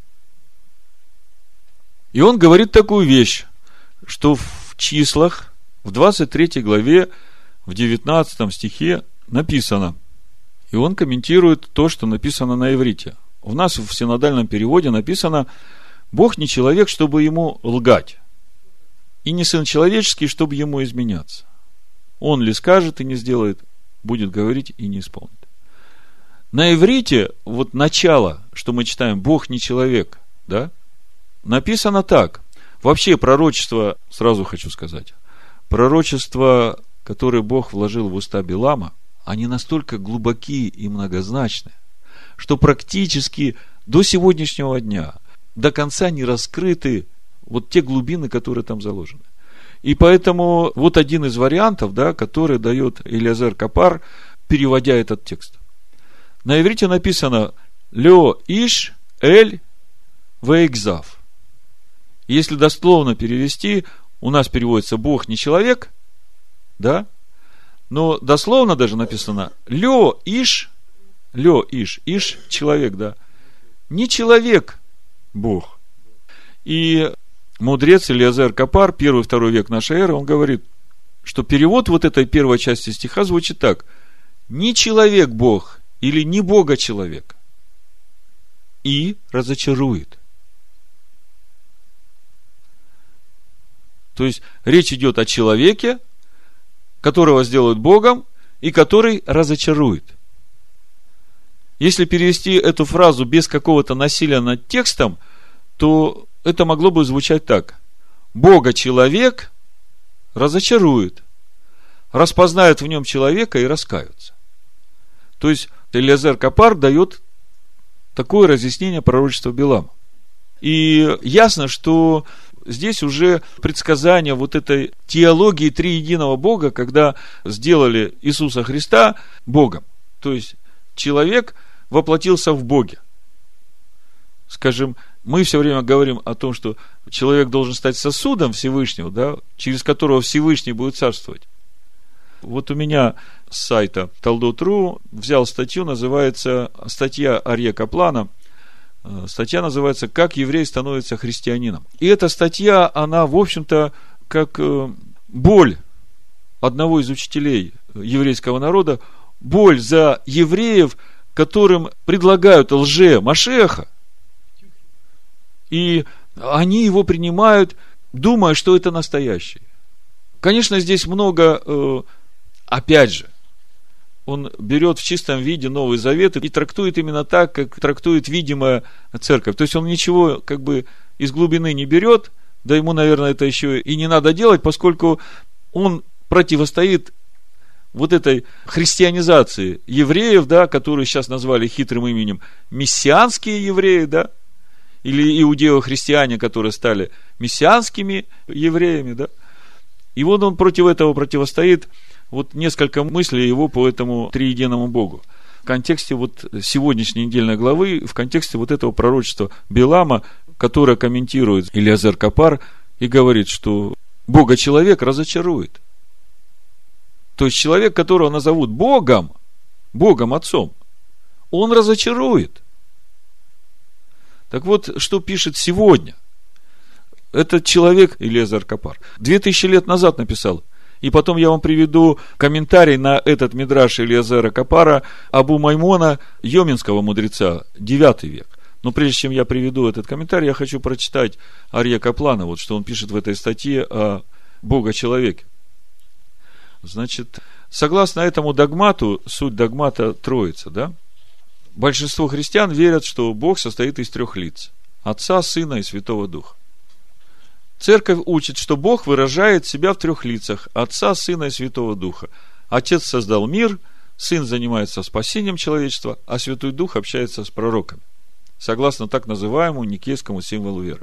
И он говорит такую вещь, что в числах, в 23 главе, в 19 стихе написано, и он комментирует то, что написано на иврите. У нас в синодальном переводе написано: Бог не человек, чтобы ему лгать, и не сын человеческий, чтобы ему изменяться. Он ли скажет и не сделает, будет говорить и не исполнит. На иврите начало, что мы читаем, Бог не человек, да, написано так. Вообще пророчество, сразу хочу сказать, пророчества, которые Бог вложил в уста Билама, они настолько глубокие и многозначные, что практически до сегодняшнего дня до конца не раскрыты те глубины, которые там заложены. И поэтому один из вариантов, да, который дает Элиазер Капар, переводя этот текст. На иврите написано «Лё иш эль вейгзав». Если дословно перевести, у нас переводится «Бог не человек», да? Но дословно даже написано «Лё иш», иш человек, да? Не человек Бог. И мудрец Элиазер Капар, 1-2 век нашей эры, он говорит, что перевод этой первой части стиха звучит так: не человек Бог или не Бога человек, и разочарует. То есть речь идет о человеке, которого сделают Богом, и который разочарует. Если перевести эту фразу без какого-то насилия над текстом, то это могло бы звучать так: Бога человек разочарует, распознают в нем человека и раскаются. То есть Элиэзер Капар дает такое разъяснение пророчества Билама. И ясно, что здесь уже предсказание вот этой теологии триединого Бога, когда сделали Иисуса Христа Богом. То есть человек воплотился в Боге. Скажем, мы все время говорим о том, что человек должен стать сосудом Всевышнего, да, через которого Всевышний будет царствовать. Вот у меня с сайта Талдот.ру взял статью, называется статья Арье Каплана. Статья называется «Как еврей становится христианином». И эта статья, она, в общем-то, как боль одного из учителей еврейского народа, боль за евреев, которым предлагают лже-Машеха, и они его принимают, думая, что это настоящий. Конечно, здесь много, опять же, он берет в чистом виде Новый Завет и трактует именно так, как трактует видимая церковь. То есть он ничего как бы из глубины не берет, да ему, наверное, это еще и не надо делать, поскольку он противостоит вот этой христианизации евреев, да, которые сейчас назвали хитрым именем мессианские евреи, да, или иудео-христиане, которые стали мессианскими евреями, да. И вот он против этого противостоит. Вот несколько мыслей его по этому триединому Богу. В контексте вот сегодняшней недельной главы, в контексте вот этого пророчества Билама, которое комментирует Элиэзер Капар и говорит, что Бога человек разочарует. То есть человек, которого назовут Богом, Богом Отцом, он разочарует. Так вот, что пишет сегодня этот человек, Элиэзер Капар, 2000 лет назад написал. И потом я вам приведу комментарий на этот мидраш Элиэзера Капара Абу Маймона, йоминского мудреца, 9 век. Но прежде чем я приведу этот комментарий, я хочу прочитать Арье Каплана, вот что он пишет в этой статье о Бога-человеке. Значит, согласно этому догмату, суть догмата Троица, да? Большинство христиан верят, что Бог состоит из 3 лиц: Отца, Сына и Святого Духа. Церковь учит, что Бог выражает себя в 3 лицах: Отца, Сына и Святого Духа. Отец создал мир, Сын занимается спасением человечества, а Святой Дух общается с пророками, согласно так называемому никейскому символу веры.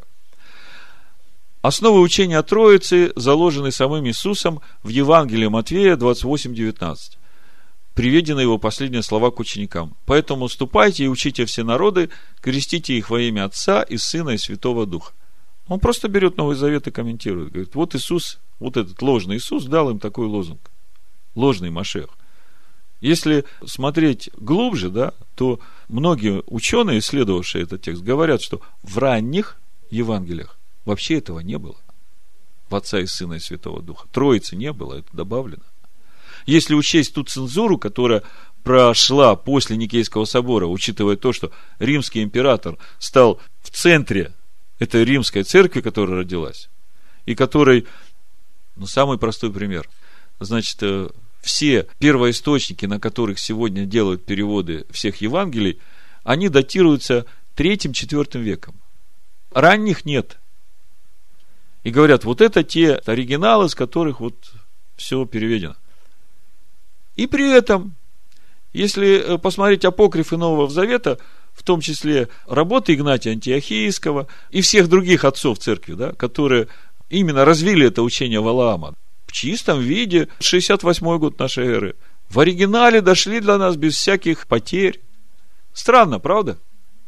Основы учения о Троице заложены самим Иисусом в Евангелии Матфея 28:19. Приведены его последние слова к ученикам: «Поэтому ступайте и учите все народы, крестите их во имя Отца и Сына и Святого Духа». Он просто берет Новый Завет и комментирует. Говорит, вот Иисус, вот этот ложный Иисус дал им такой лозунг. Ложный Машех. Если смотреть глубже, да, то многие ученые, исследовавшие этот текст, говорят, что в ранних Евангелиях вообще этого не было. В Отца и Сына и Святого Духа. Троицы не было, это добавлено. Если учесть ту цензуру, которая прошла после Никейского собора, учитывая то, что римский император стал в центре этой римской церкви, которая родилась, и которой, самый простой пример, значит, все первоисточники, на которых сегодня делают переводы всех Евангелий, они датируются 3-4 веком. Ранних нет. И говорят, вот это те оригиналы, с которых вот все переведено. И при этом, если посмотреть апокрифы Нового Завета, в том числе работы Игнатия Антиохийского и всех других отцов церкви, да, которые именно развили это учение Валаама в чистом виде, 68-й год нашей эры, в оригинале дошли для нас без всяких потерь. Странно, правда?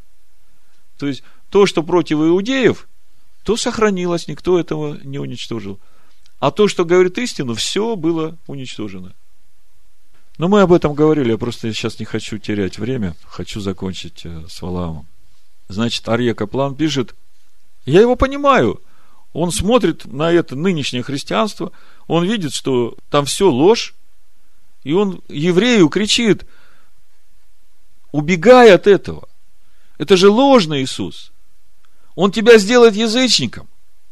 То есть, то, что против иудеев, то сохранилось, никто этого не уничтожил. А то, что говорит истину, все было уничтожено. Но мы об этом говорили, я просто сейчас не хочу терять время, хочу закончить с Валаамом. Значит, Арье Каплан пишет, я его понимаю, он смотрит на это нынешнее христианство, он видит, что там все ложь, и он еврею кричит, убегай от этого, это же ложный Иисус, он тебя сделает язычником.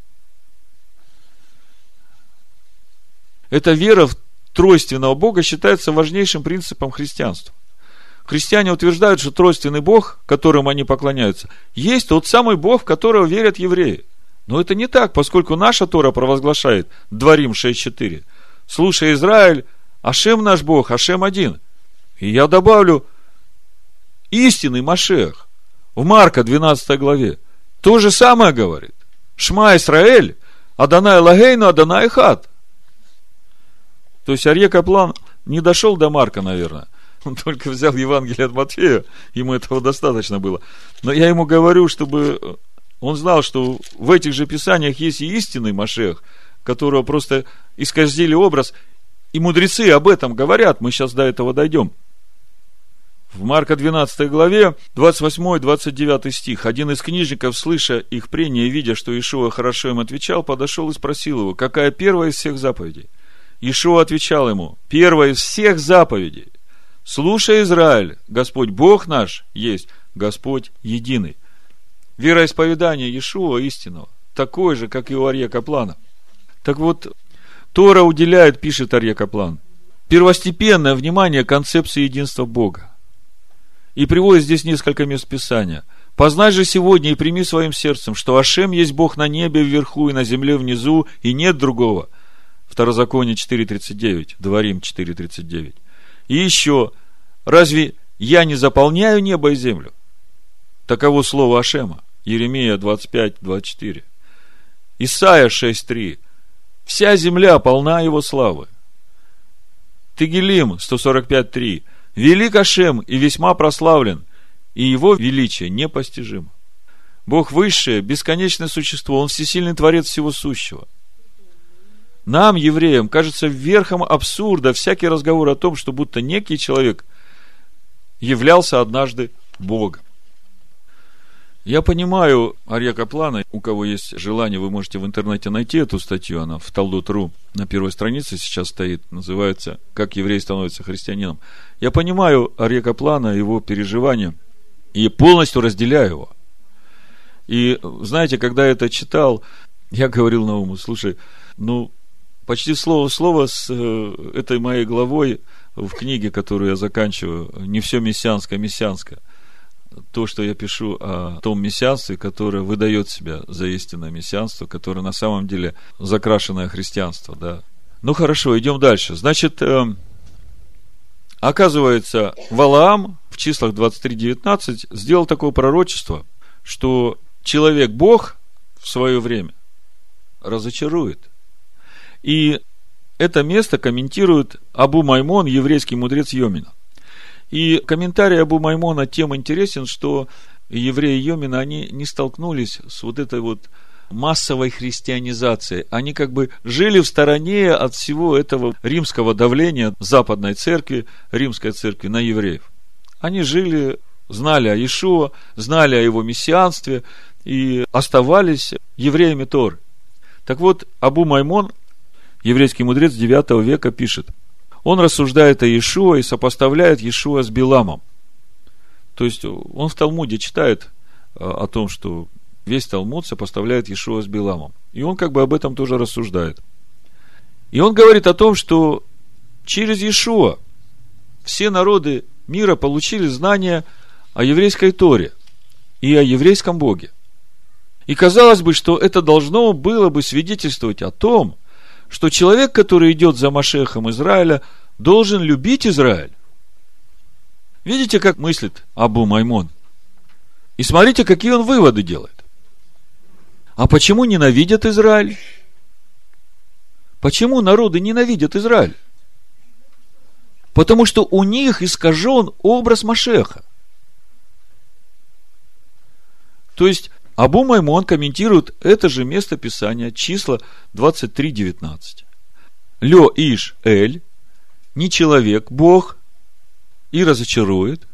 Эта вера в тройственного Бога считается важнейшим принципом христианства. Христиане утверждают, что тройственный Бог, которому они поклоняются, есть тот самый Бог, в которого верят евреи. Но это не так, поскольку наша Тора провозглашает, Дворим 6.4, слушай, Израиль, Ашем наш Бог, Ашем один. И я добавлю, истинный Машиах в Марка 12 главе то же самое говорит. Шма Исраэль, Адонай Лагейну, Адонай Эхад. То есть Арье Каплан не дошел до Марка, наверное. Он только взял Евангелие от Матфея, ему этого достаточно было. Но я ему говорю, чтобы он знал, что в этих же писаниях есть и истинный Машиах, которого просто исказили образ. И мудрецы об этом говорят, мы сейчас до этого дойдем. В Марка 12 главе, 28-29 стих. Один из книжников, слыша их прения и видя, что Иешуа хорошо им отвечал, подошел и спросил его, какая первая из всех заповедей? Иешуа отвечал ему, первая из всех заповедей. Слушай, Израиль, Господь Бог наш есть Господь единый. Вероисповедание Иешуа истинного, такое же, как и у Арье Каплана. Так вот, Тора уделяет, пишет Арье Каплан, первостепенное внимание концепции единства Бога. И приводит здесь несколько мест Писания. «Познай же сегодня и прими своим сердцем, что Ашем есть Бог на небе вверху и на земле внизу, и нет другого». Второзаконие 4.39, Дворим 4.39. И еще, разве я не заполняю небо и землю? Таково слово Ашема. Иеремия 25.24. Исайя 6.3. Вся земля полна его славы. Тегелим 145.3. Велик Ашем и весьма прославлен, и его величие непостижимо. Бог высшее, бесконечное существо, Он всесильный Творец всего сущего. Нам, евреям, кажется верхом абсурда всякий разговор о том, что будто некий человек являлся однажды Богом. Я понимаю Арье Каплана, у кого есть желание, вы можете в интернете найти эту статью, она в Талдот.ру на первой странице сейчас стоит, называется «Как еврей становится христианином». Я понимаю Арье Каплана, его переживания, и полностью разделяю его. И знаете, когда я это читал, я говорил Науму, слушай, почти слово в слово с этой моей главой в книге, которую я заканчиваю, не все мессианское. То, что я пишу о том мессианстве, которое выдает себя за истинное мессианство, которое на самом деле закрашенное христианство, да. Хорошо, идем дальше. Значит, оказывается, Валаам в числах 23-19 сделал такое пророчество, что человек-бог в свое время разочарует. И это место комментирует Абу Маймон, еврейский мудрец Йомина. И комментарий Абу Маймона тем интересен, что евреи Йомина, они не столкнулись с вот этой вот массовой христианизацией. Они как бы жили в стороне от всего этого римского давления западной церкви, римской церкви на евреев. Они жили, знали о Иешуа, знали о его мессианстве и оставались евреями Торы. Так вот, Абу Маймон, еврейский мудрец 9 века, пишет, он рассуждает о Иешуа и сопоставляет Иешуа с Биламом. То есть, он в Талмуде читает о том, что весь Талмуд сопоставляет Иешуа с Биламом. И он как бы об этом тоже рассуждает. И он говорит о том, что через Иешуа все народы мира получили знания о еврейской Торе и о еврейском Боге. И казалось бы, что это должно было бы свидетельствовать о том, что человек, который идет за Машиахом Израиля, должен любить Израиль. Видите, как мыслит Абу Маймон? И смотрите, какие он выводы делает. А почему ненавидят Израиль? Почему народы ненавидят Израиль? Потому что у них искажен образ Машиаха. То есть, Абу Маймон комментирует это же место Писания, числа 23-19. Лё иш эль, не человек, Бог, и разочарует.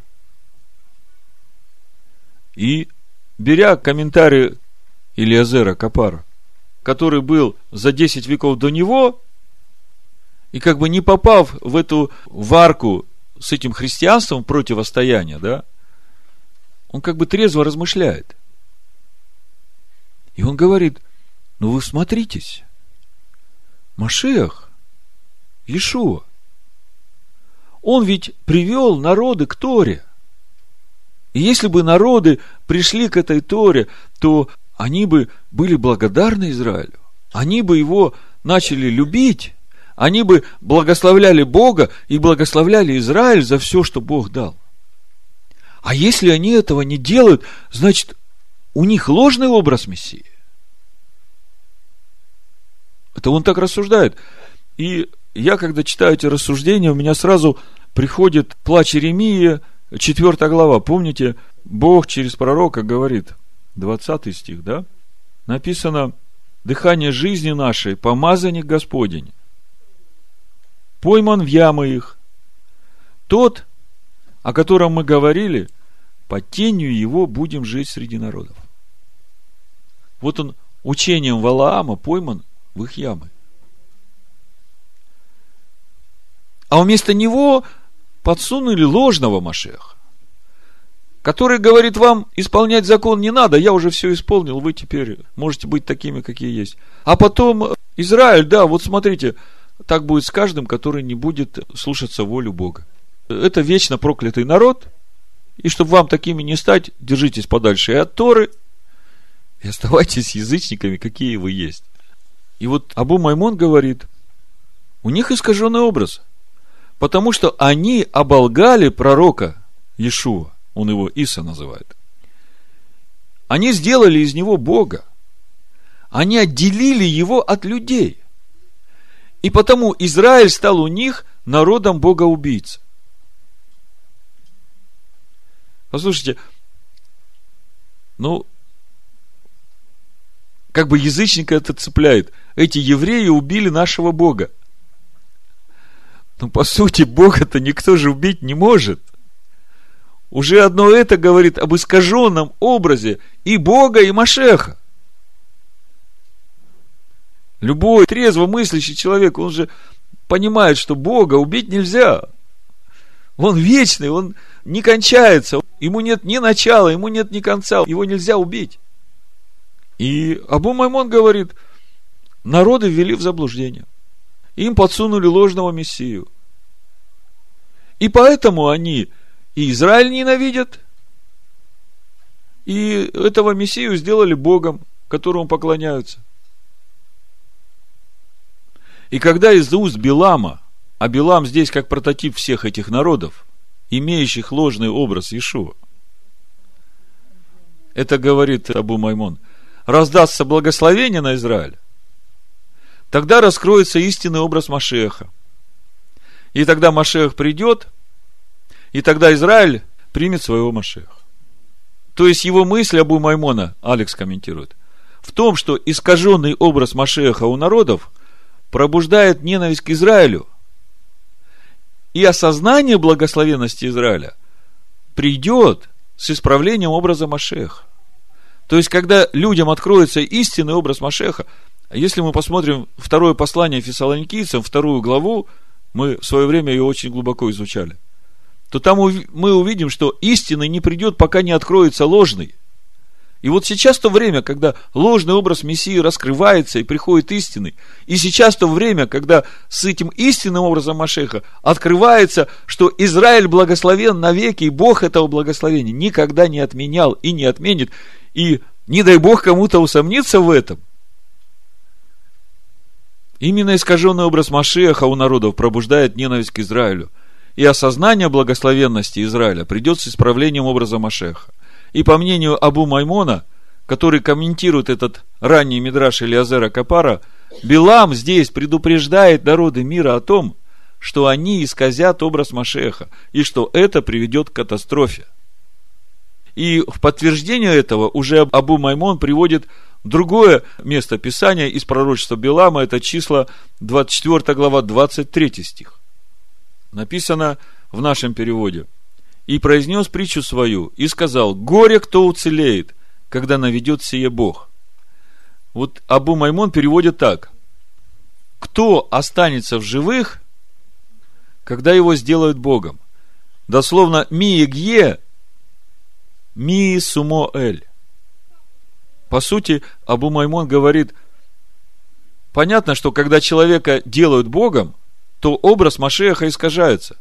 И, беря комментарий Элиазера Капара, который был за 10 веков до него, и как бы не попав в эту варку с этим христианством противостояния, да, он как бы трезво размышляет. И он говорит, вы смотритесь, Машиах, Иешуа, он ведь привел народы к Торе. И если бы народы пришли к этой Торе, то они бы были благодарны Израилю, они бы его начали любить, они бы благословляли Бога и благословляли Израиль за все, что Бог дал. А если они этого не делают, значит, у них ложный образ Мессии. Это он так рассуждает. И я, когда читаю эти рассуждения, у меня сразу приходит плач Иеремии, 4 глава. Помните, Бог через пророка говорит, 20 стих, да? Написано: дыхание жизни нашей, помазанник Господень, пойман в ямы их. Тот, о котором мы говорили, под тенью его будем жить среди народов. Вот он учением Валаама пойман в их ямы. А вместо него подсунули ложного Машиаха, который говорит: вам исполнять закон не надо, я уже все исполнил, вы теперь можете быть такими, какие есть. А потом Израиль, да, вот смотрите, так будет с каждым, который не будет слушаться волю Бога. Это вечно проклятый народ, и чтобы вам такими не стать, держитесь подальше и от Торы, и оставайтесь язычниками, какие вы есть. И вот Абу Маймон говорит, у них искаженный образ, потому что они оболгали пророка Иешуа, он его Иса называет. Они сделали из него Бога. Они отделили его от людей. И потому Израиль стал у них народом богоубийц. Послушайте, как бы язычника это цепляет. Эти евреи убили нашего Бога. Но по сути Бога-то никто же убить не может. Уже одно это говорит об искаженном образе и Бога, и Машеха. Любой трезво мыслящий человек, он же понимает, что Бога убить нельзя. Он вечный, он не кончается. Ему нет ни начала, ему нет ни конца. Его нельзя убить. И Абу Маймон говорит, народы ввели в заблуждение. Им подсунули ложного Мессию. И поэтому они и Израиль ненавидят, и этого Мессию сделали Богом, которому поклоняются. И когда из уст Билама, а Билам здесь как прототип всех этих народов, имеющих ложный образ Иешуа, это говорит Абу Маймон, раздастся благословение на Израиль, тогда раскроется истинный образ Машеха. И тогда Машех придет, и тогда Израиль примет своего Машеха. То есть его мысль Абу Маймона, Алекс комментирует, в том, что искаженный образ Машеха у народов пробуждает ненависть к Израилю, и осознание благословенности Израиля придет с исправлением образа Машеха. То есть, когда людям откроется истинный образ Машеха, если мы посмотрим второе послание Фессалоникийцам, 2 главу, мы в свое время ее очень глубоко изучали, то там мы увидим, что истинный не придет, пока не откроется ложный. И вот сейчас то время, когда ложный образ Мессии раскрывается и приходит истинный, и сейчас то время, когда с этим истинным образом Машеха открывается, что Израиль благословен навеки, и Бог этого благословения никогда не отменял и не отменит, и не дай Бог кому-то усомниться в этом. Именно искаженный образ Машеха у народов пробуждает ненависть к Израилю, и осознание благословенности Израиля придет с исправлением образа Машеха. И по мнению Абу Маймона, который комментирует этот ранний мидраш Элиазера Капара, Билам здесь предупреждает народы мира о том, что они исказят образ Машеха, и что это приведет к катастрофе. И в подтверждение этого уже Абу Маймон приводит другое место Писания из пророчества Билама, это числа 24 глава, 23 стих. Написано в нашем переводе: «И произнес притчу свою, и сказал: горе, кто уцелеет, когда наведет сие Бог». Вот Абу Маймон переводит так: кто останется в живых, когда его сделают Богом? Дословно, ми егье, ми сумо эль. По сути, Абу Маймон говорит, понятно, что когда человека делают Богом, то образ Машеха искажается.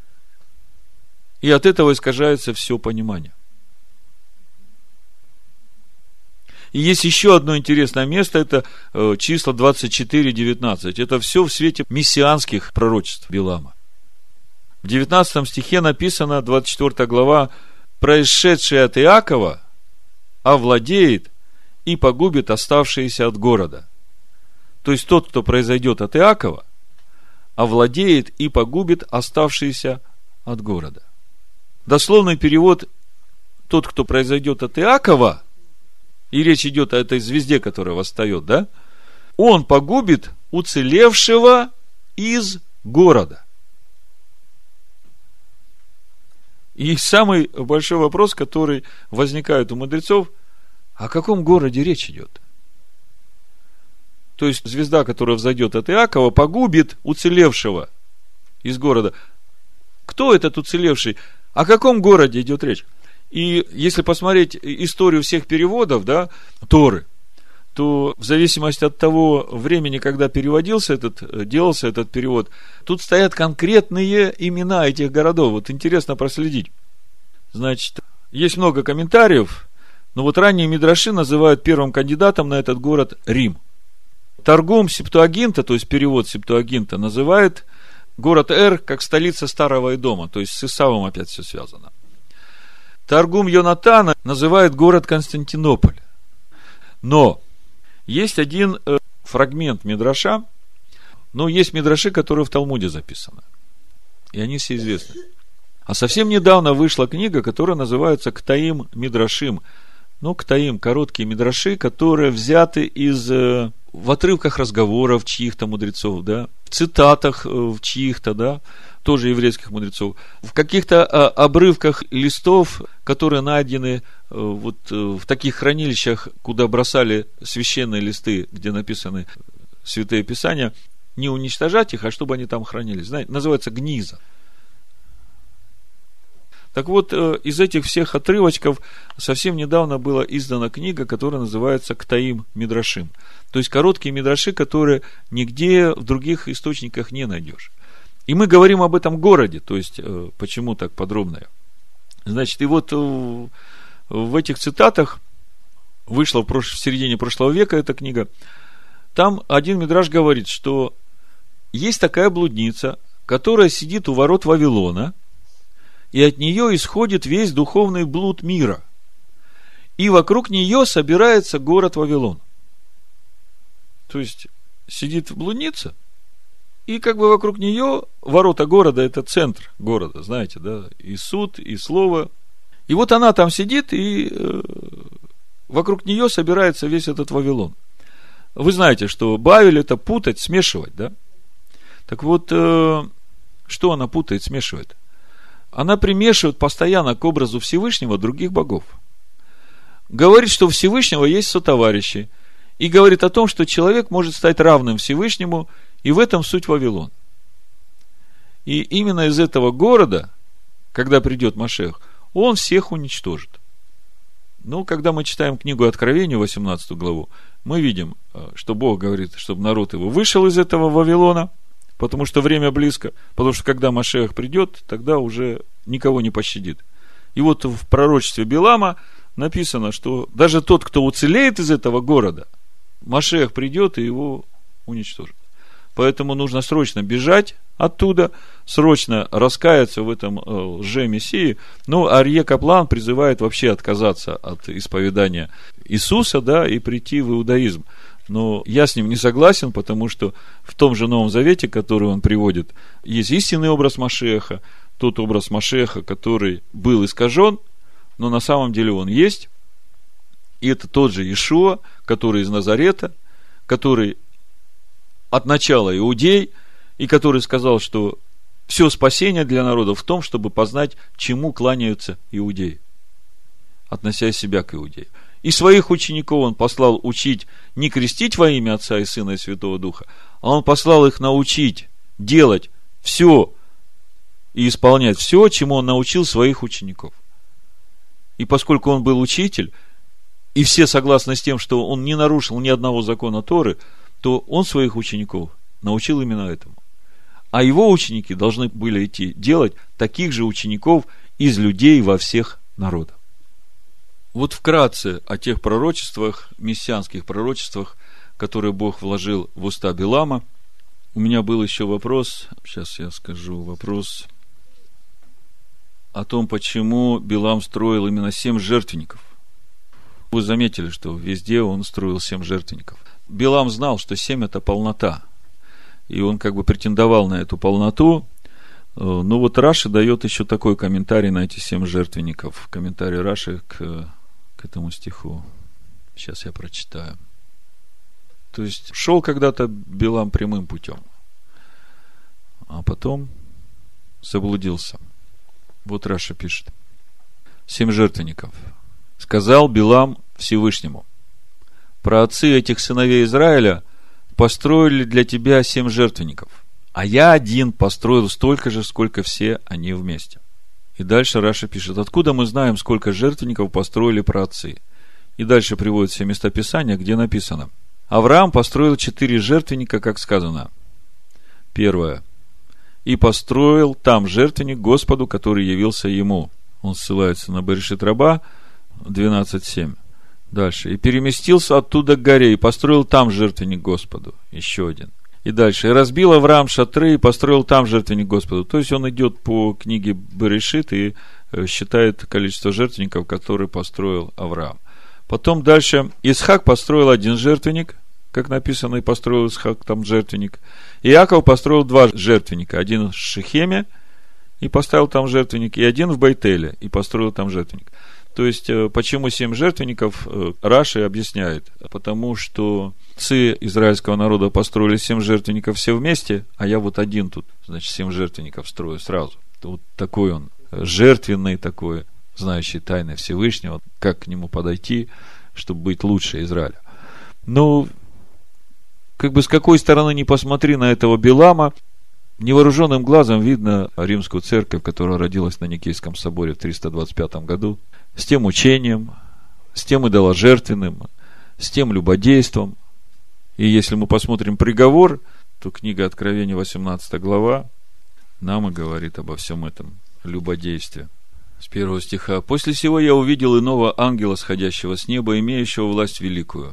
И от этого искажается все понимание. И есть еще одно интересное место, это числа 24:19. Это все в свете мессианских пророчеств Билама. В 19 стихе написано, 24 глава, «Происшедший от Иакова овладеет и погубит оставшиеся от города». То есть тот, кто произойдет от Иакова, овладеет и погубит оставшиеся от города. Дословный перевод: тот, кто произойдет от Иакова, и речь идет о этой звезде, которая восстает, да? Он погубит уцелевшего из города. И самый большой вопрос, который возникает у мудрецов: о каком городе речь идет? То есть звезда, которая взойдет от Иакова, погубит уцелевшего из города. Кто этот уцелевший? О каком городе идет речь? И если посмотреть историю всех переводов, да, Торы, то в зависимости от того времени, когда делался этот перевод, тут стоят конкретные имена этих городов. Вот интересно проследить. Значит, есть много комментариев, но вот ранние мидраши называют первым кандидатом на этот город Рим. Таргум Септуагинта, то есть перевод Септуагинта, называет город Эр как столица Старого Эдома, то есть с Исавом опять все связано. Таргум Йонатана называет город Константинополь. Но есть один фрагмент мидраша, но есть мидраши, которые в Талмуде записаны. И они все известны. А совсем недавно вышла книга, которая называется «Ктаим Мидрашим». Ктаим, короткие мидраши, которые взяты в отрывках разговоров чьих-то мудрецов, да, в цитатах в чьих-то, да, тоже еврейских мудрецов, в каких-то обрывках листов, которые найдены в таких хранилищах, куда бросали священные листы, где написаны святые писания, не уничтожать их, а чтобы они там хранились. Знаете, называется гниза. Так вот, из этих всех отрывочков совсем недавно была издана книга, которая называется «Ктаим Мидрашим». То есть, короткие мидраши, которые нигде в других источниках не найдешь. И мы говорим об этом городе, то есть, почему так подробно. Значит, и вот в этих цитатах, вышла в середине прошлого века эта книга, там один мидраш говорит, что есть такая блудница, которая сидит у ворот Вавилона, и от нее исходит весь духовный блуд мира. И вокруг нее собирается город Вавилон. То есть, сидит блудница, и как бы вокруг нее ворота города, это центр города, знаете, да, и суд, и слово. И вот она там сидит, и вокруг нее собирается весь этот Вавилон. Вы знаете, что Бавель — это путать, смешивать, да? Так вот, что она путает, смешивает? Она примешивает постоянно к образу Всевышнего других богов. Говорит, что у Всевышнего есть сотоварищи. И говорит о том, что человек может стать равным Всевышнему, и в этом суть Вавилон. И именно из этого города, когда придет Машиах, он всех уничтожит. Когда мы читаем книгу Откровения, 18 главу, мы видим, что Бог говорит, чтобы народ его вышел из этого Вавилона, потому что время близко, потому что когда Машиах придет, тогда уже никого не пощадит. И вот в пророчестве Билама написано, что даже тот, кто уцелеет из этого города, Машиах придет и его уничтожит. Поэтому нужно срочно бежать оттуда, срочно раскаяться в этом лже-мессии. Арье Каплан призывает вообще отказаться от исповедания Иисуса, да, и прийти в иудаизм. Но я с ним не согласен, потому что в том же Новом Завете, который он приводит, есть истинный образ Машиаха, тот образ Машиаха, который был искажен, но на самом деле он есть. И это тот же Иешуа, который из Назарета, который от начала иудей, и который сказал, что все спасение для народа в том, чтобы познать, чему кланяются иудеи, относя себя к иудею. И своих учеников он послал учить не крестить во имя Отца и Сына и Святого Духа, а он послал их научить делать все и исполнять все, чему он научил своих учеников. И поскольку он был учитель, и все согласны с тем, что он не нарушил ни одного закона Торы, то он своих учеников научил именно этому. А его ученики должны были идти делать таких же учеников из людей во всех народах. Вот вкратце о тех пророчествах, мессианских пророчествах, которые Бог вложил в уста Билама. У меня был еще вопрос, сейчас я скажу вопрос о том, почему Билам строил именно 7 жертвенников. Вы заметили, что везде он строил 7 жертвенников. Билам знал, что 7 это полнота, и он как бы претендовал на эту полноту. Но вот Раши дает еще такой комментарий на эти 7 жертвенников. Комментарий Раши к этому стиху. Сейчас я прочитаю. То есть, шел когда-то Билам прямым путем, а потом заблудился. Вот Раши пишет. 7 жертвенников. Сказал Билам Всевышнему: праотцы этих сыновей Израиля построили для тебя 7 жертвенников, а я один построил столько же, сколько все они вместе. И дальше Раши пишет: откуда мы знаем, сколько жертвенников построили праотцы? И дальше приводит все местописания, где написано: Авраам построил 4 жертвенника, как сказано. Первое. И построил там жертвенник Господу, который явился ему. Он ссылается на Берешит Раба 12:7. Дальше. И переместился оттуда к горе, и построил там жертвенник Господу. Еще один. И дальше. И разбил Авраам шатры, и построил там жертвенник Господу. То есть, он идет по книге Берешит и считает количество жертвенников, которые построил Авраам. Потом дальше. Исхак построил 1 жертвенник, как написано, и построил Исхак там жертвенник. И Иаков построил 2 жертвенника. 1 в Шихеме, и поставил там жертвенник, и 1 в Бейтеле, и построил там жертвенник. То есть, почему 7 жертвенников, Раши объясняет. Потому что отцы израильского народа построили 7 жертвенников все вместе, а я вот один тут, значит, 7 жертвенников строю сразу. Вот такой он, жертвенный такой, знающий тайны Всевышнего, как к нему подойти, чтобы быть лучше Израиля. Ну, как бы с какой стороны ни посмотри на этого Билама, невооруженным глазом видно римскую церковь, которая родилась на Никейском соборе в 325 году, с тем учением, с тем идоложертвенным, с тем любодейством. И если мы посмотрим приговор, то книга Откровения, 18 глава, нам и говорит обо всем этом любодействе. С 1 стиха. «После сего я увидел иного ангела, сходящего с неба, имеющего власть великую.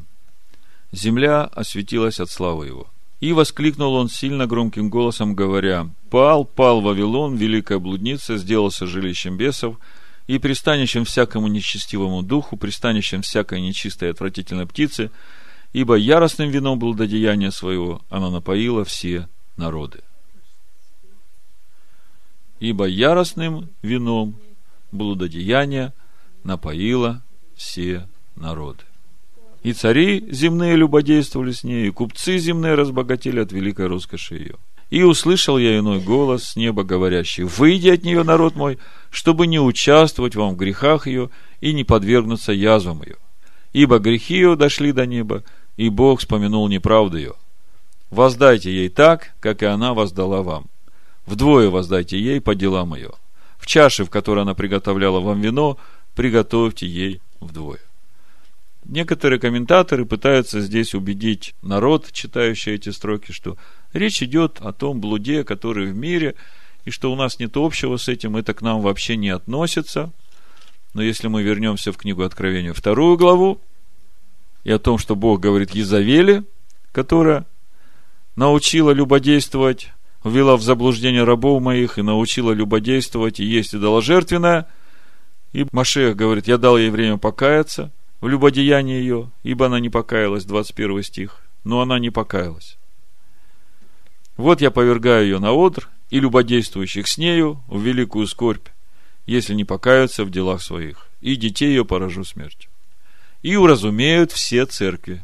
Земля осветилась от славы его. И воскликнул он сильно громким голосом, говоря: пал, пал Вавилон, великая блудница, сделался жилищем бесов и пристанищем всякому нечестивому духу, пристанищем всякой нечистой и отвратительной птицы, ибо яростным вином блудодеяния своего она напоила все народы». Ибо яростным вином блудодеяния напоила все народы. И цари земные любодействовали с ней, и купцы земные разбогатели от великой роскоши ее. И услышал я иной голос с неба, говорящий: выйди от нее, народ мой, чтобы не участвовать вам в грехах ее и не подвергнуться язвам ее. Ибо грехи ее дошли до неба, и Бог вспомянул неправду ее. Воздайте ей так, как и она воздала вам. Вдвое воздайте ей по делам ее. В чаше, в которой она приготовляла вам вино, приготовьте ей вдвое. Некоторые комментаторы пытаются здесь убедить народ, читающий эти строки, что речь идет о том блуде, который в мире, и что у нас нет общего с этим, это к нам вообще не относится. Но если мы вернемся в книгу Откровения, 2 главу, и о том, что Бог говорит Иезавели, которая научила любодействовать, ввела в заблуждение рабов моих и научила любодействовать и есть идоложертвенное, и Машиах говорит: я дал ей время покаяться в любодеянии ее, ибо она не покаялась, 21 стих, но она не покаялась. Вот я повергаю ее на одр, и любодействующих с нею в великую скорбь, если не покаются в делах своих, и детей ее поражу смертью. И уразумеют все церкви.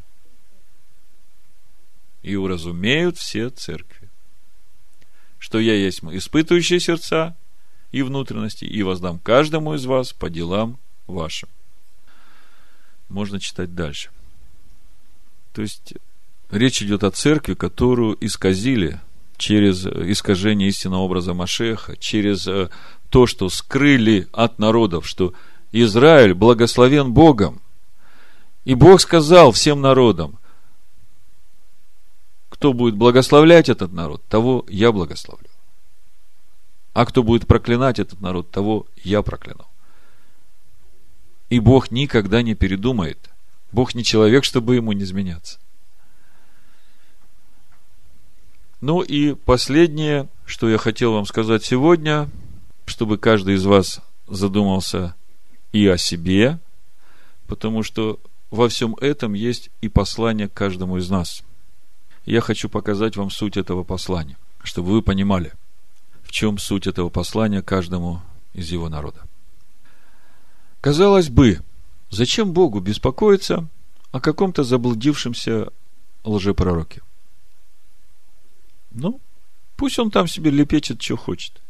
И уразумеют все церкви, что я есть испытывающий сердца и внутренности, и воздам каждому из вас по делам вашим. Можно читать дальше. То есть, речь идет о церкви, которую исказили через искажение истинного образа Машиаха, через то, что скрыли от народов, что Израиль благословен Богом. И Бог сказал всем народам: кто будет благословлять этот народ, того я благословлю. А кто будет проклинать этот народ, того я прокляну. И Бог никогда не передумает. Бог не человек, чтобы ему не изменяться. Ну и последнее, что я хотел вам сказать сегодня, чтобы каждый из вас задумался и о себе, потому что во всем этом есть и послание к каждому из нас. Я хочу показать вам суть этого послания, чтобы вы понимали, в чем суть этого послания каждому из его народа. Казалось бы, зачем Богу беспокоиться о каком-то заблудившемся лжепророке? Ну, пусть он там себе лепечет, что хочет.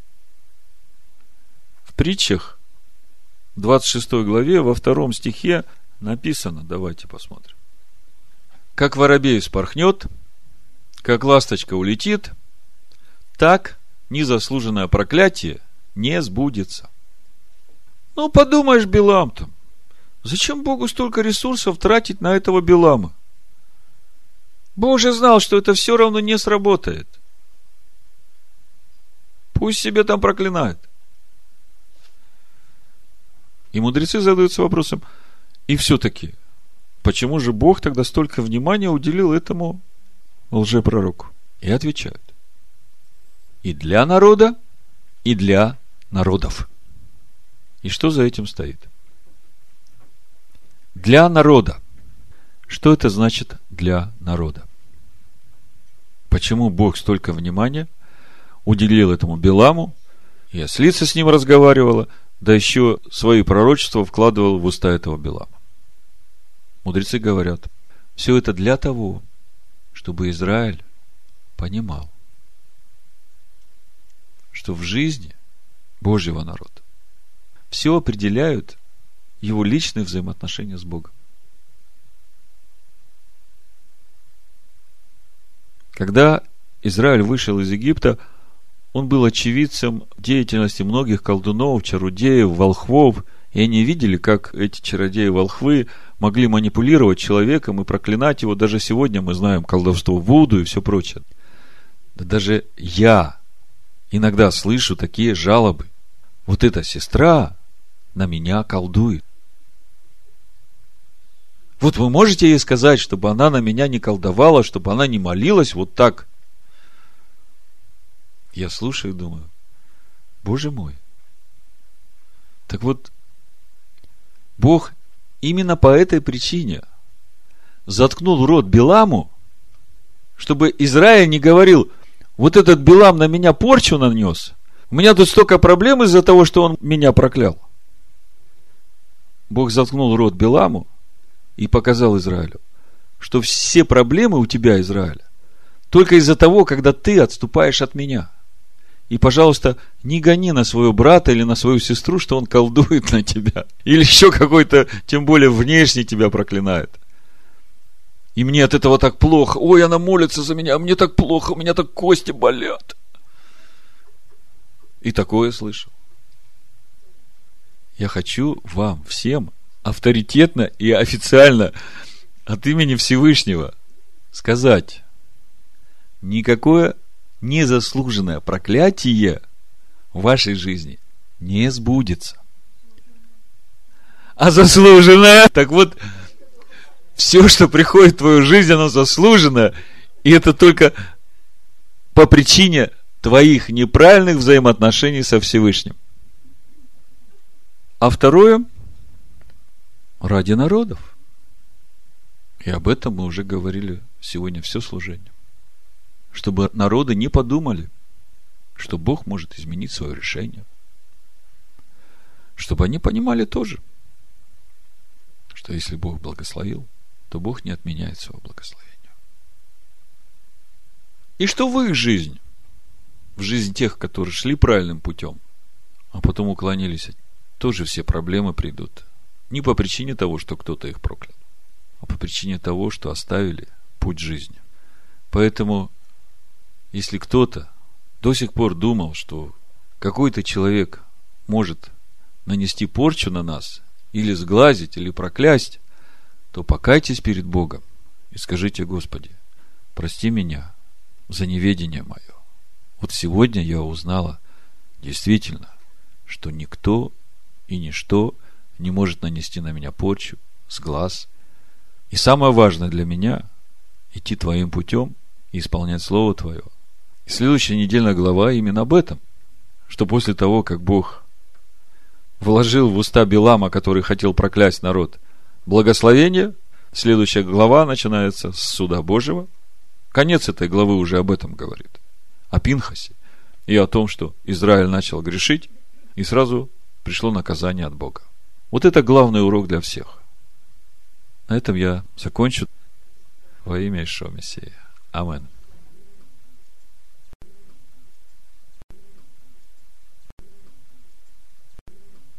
В притчах, 26 главе, во 2 стихе написано, давайте посмотрим. Как воробей вспорхнет, как ласточка улетит, так незаслуженное проклятие не сбудется. Ну, подумаешь, Билам там. Зачем Богу столько ресурсов тратить на этого Билама? Бог же знал, что это все равно не сработает. Пусть себе там проклинает. И мудрецы задаются вопросом, и все-таки, почему же Бог тогда столько внимания уделил этому лжепророку? И отвечают. И для народа, и для народов. И что за этим стоит? Для народа. Что это значит для народа? Почему Бог столько внимания уделил этому Биламу, и ослица с ним разговаривала, да еще свои пророчества вкладывал в уста этого Билама? Мудрецы говорят, все это для того, чтобы Израиль понимал, что в жизни Божьего народа все определяют его личные взаимоотношения с Богом. Когда Израиль вышел из Египта, он был очевидцем деятельности многих колдунов, чародеев, волхвов, и они видели, как эти чародеи-волхвы могли манипулировать человеком и проклинать его. Даже сегодня мы знаем колдовство Вуду и все прочее. Да даже я иногда слышу такие жалобы. Вот эта сестра на меня колдует. Вот вы можете ей сказать, чтобы она на меня не колдовала, чтобы она не молилась вот так? Я слушаю и думаю, Боже мой. Так вот, Бог именно по этой причине заткнул рот Биламу, чтобы Израиль не говорил, вот этот Билам на меня порчу нанес, у меня тут столько проблем из-за того, что он меня проклял. Бог заткнул рот Биламу и показал Израилю, что все проблемы у тебя, Израиля, только из-за того, когда ты отступаешь от меня. И, пожалуйста, не гони на своего брата или на свою сестру, что он колдует на тебя. Или еще какой-то, тем более внешне тебя проклинает. И мне от этого так плохо. Ой, она молится за меня, а мне так плохо, у меня так кости болят. И такое слышал. Я хочу вам всем авторитетно и официально от имени Всевышнего сказать, никакое незаслуженное проклятие в вашей жизни не сбудется. А заслуженное, так вот, все, что приходит в твою жизнь, оно заслужено, и это только по причине твоих неправильных взаимоотношений со Всевышним. А второе, ради народов. И об этом мы уже говорили сегодня все служение. Чтобы народы не подумали, что Бог может изменить свое решение. Чтобы они понимали тоже, что если Бог благословил, то Бог не отменяет своего благословения. И что в их жизнь, в жизнь тех, которые шли правильным путем, а потом уклонились, тоже все проблемы придут. Не по причине того, что кто-то их проклял, а по причине того, что оставили путь жизни. Поэтому если кто-то до сих пор думал, что какой-то человек может нанести порчу на нас, или сглазить, или проклясть, то покайтесь перед Богом и скажите: Господи, прости меня за неведение мое. Вот сегодня я узнала действительно, что никто и ничто не может нанести на меня порчу с глаз. И самое важное для меня – идти Твоим путем и исполнять Слово Твое. И следующая недельная глава именно об этом, что после того, как Бог вложил в уста Билама, который хотел проклясть народ, благословение, следующая глава начинается с суда Божьего. Конец этой главы уже об этом говорит. О Пинхасе и о том, что Израиль начал грешить, и сразу пришло наказание от Бога. Вот это главный урок для всех. На этом я закончу. Во имя Ишуа Мессии. Амин.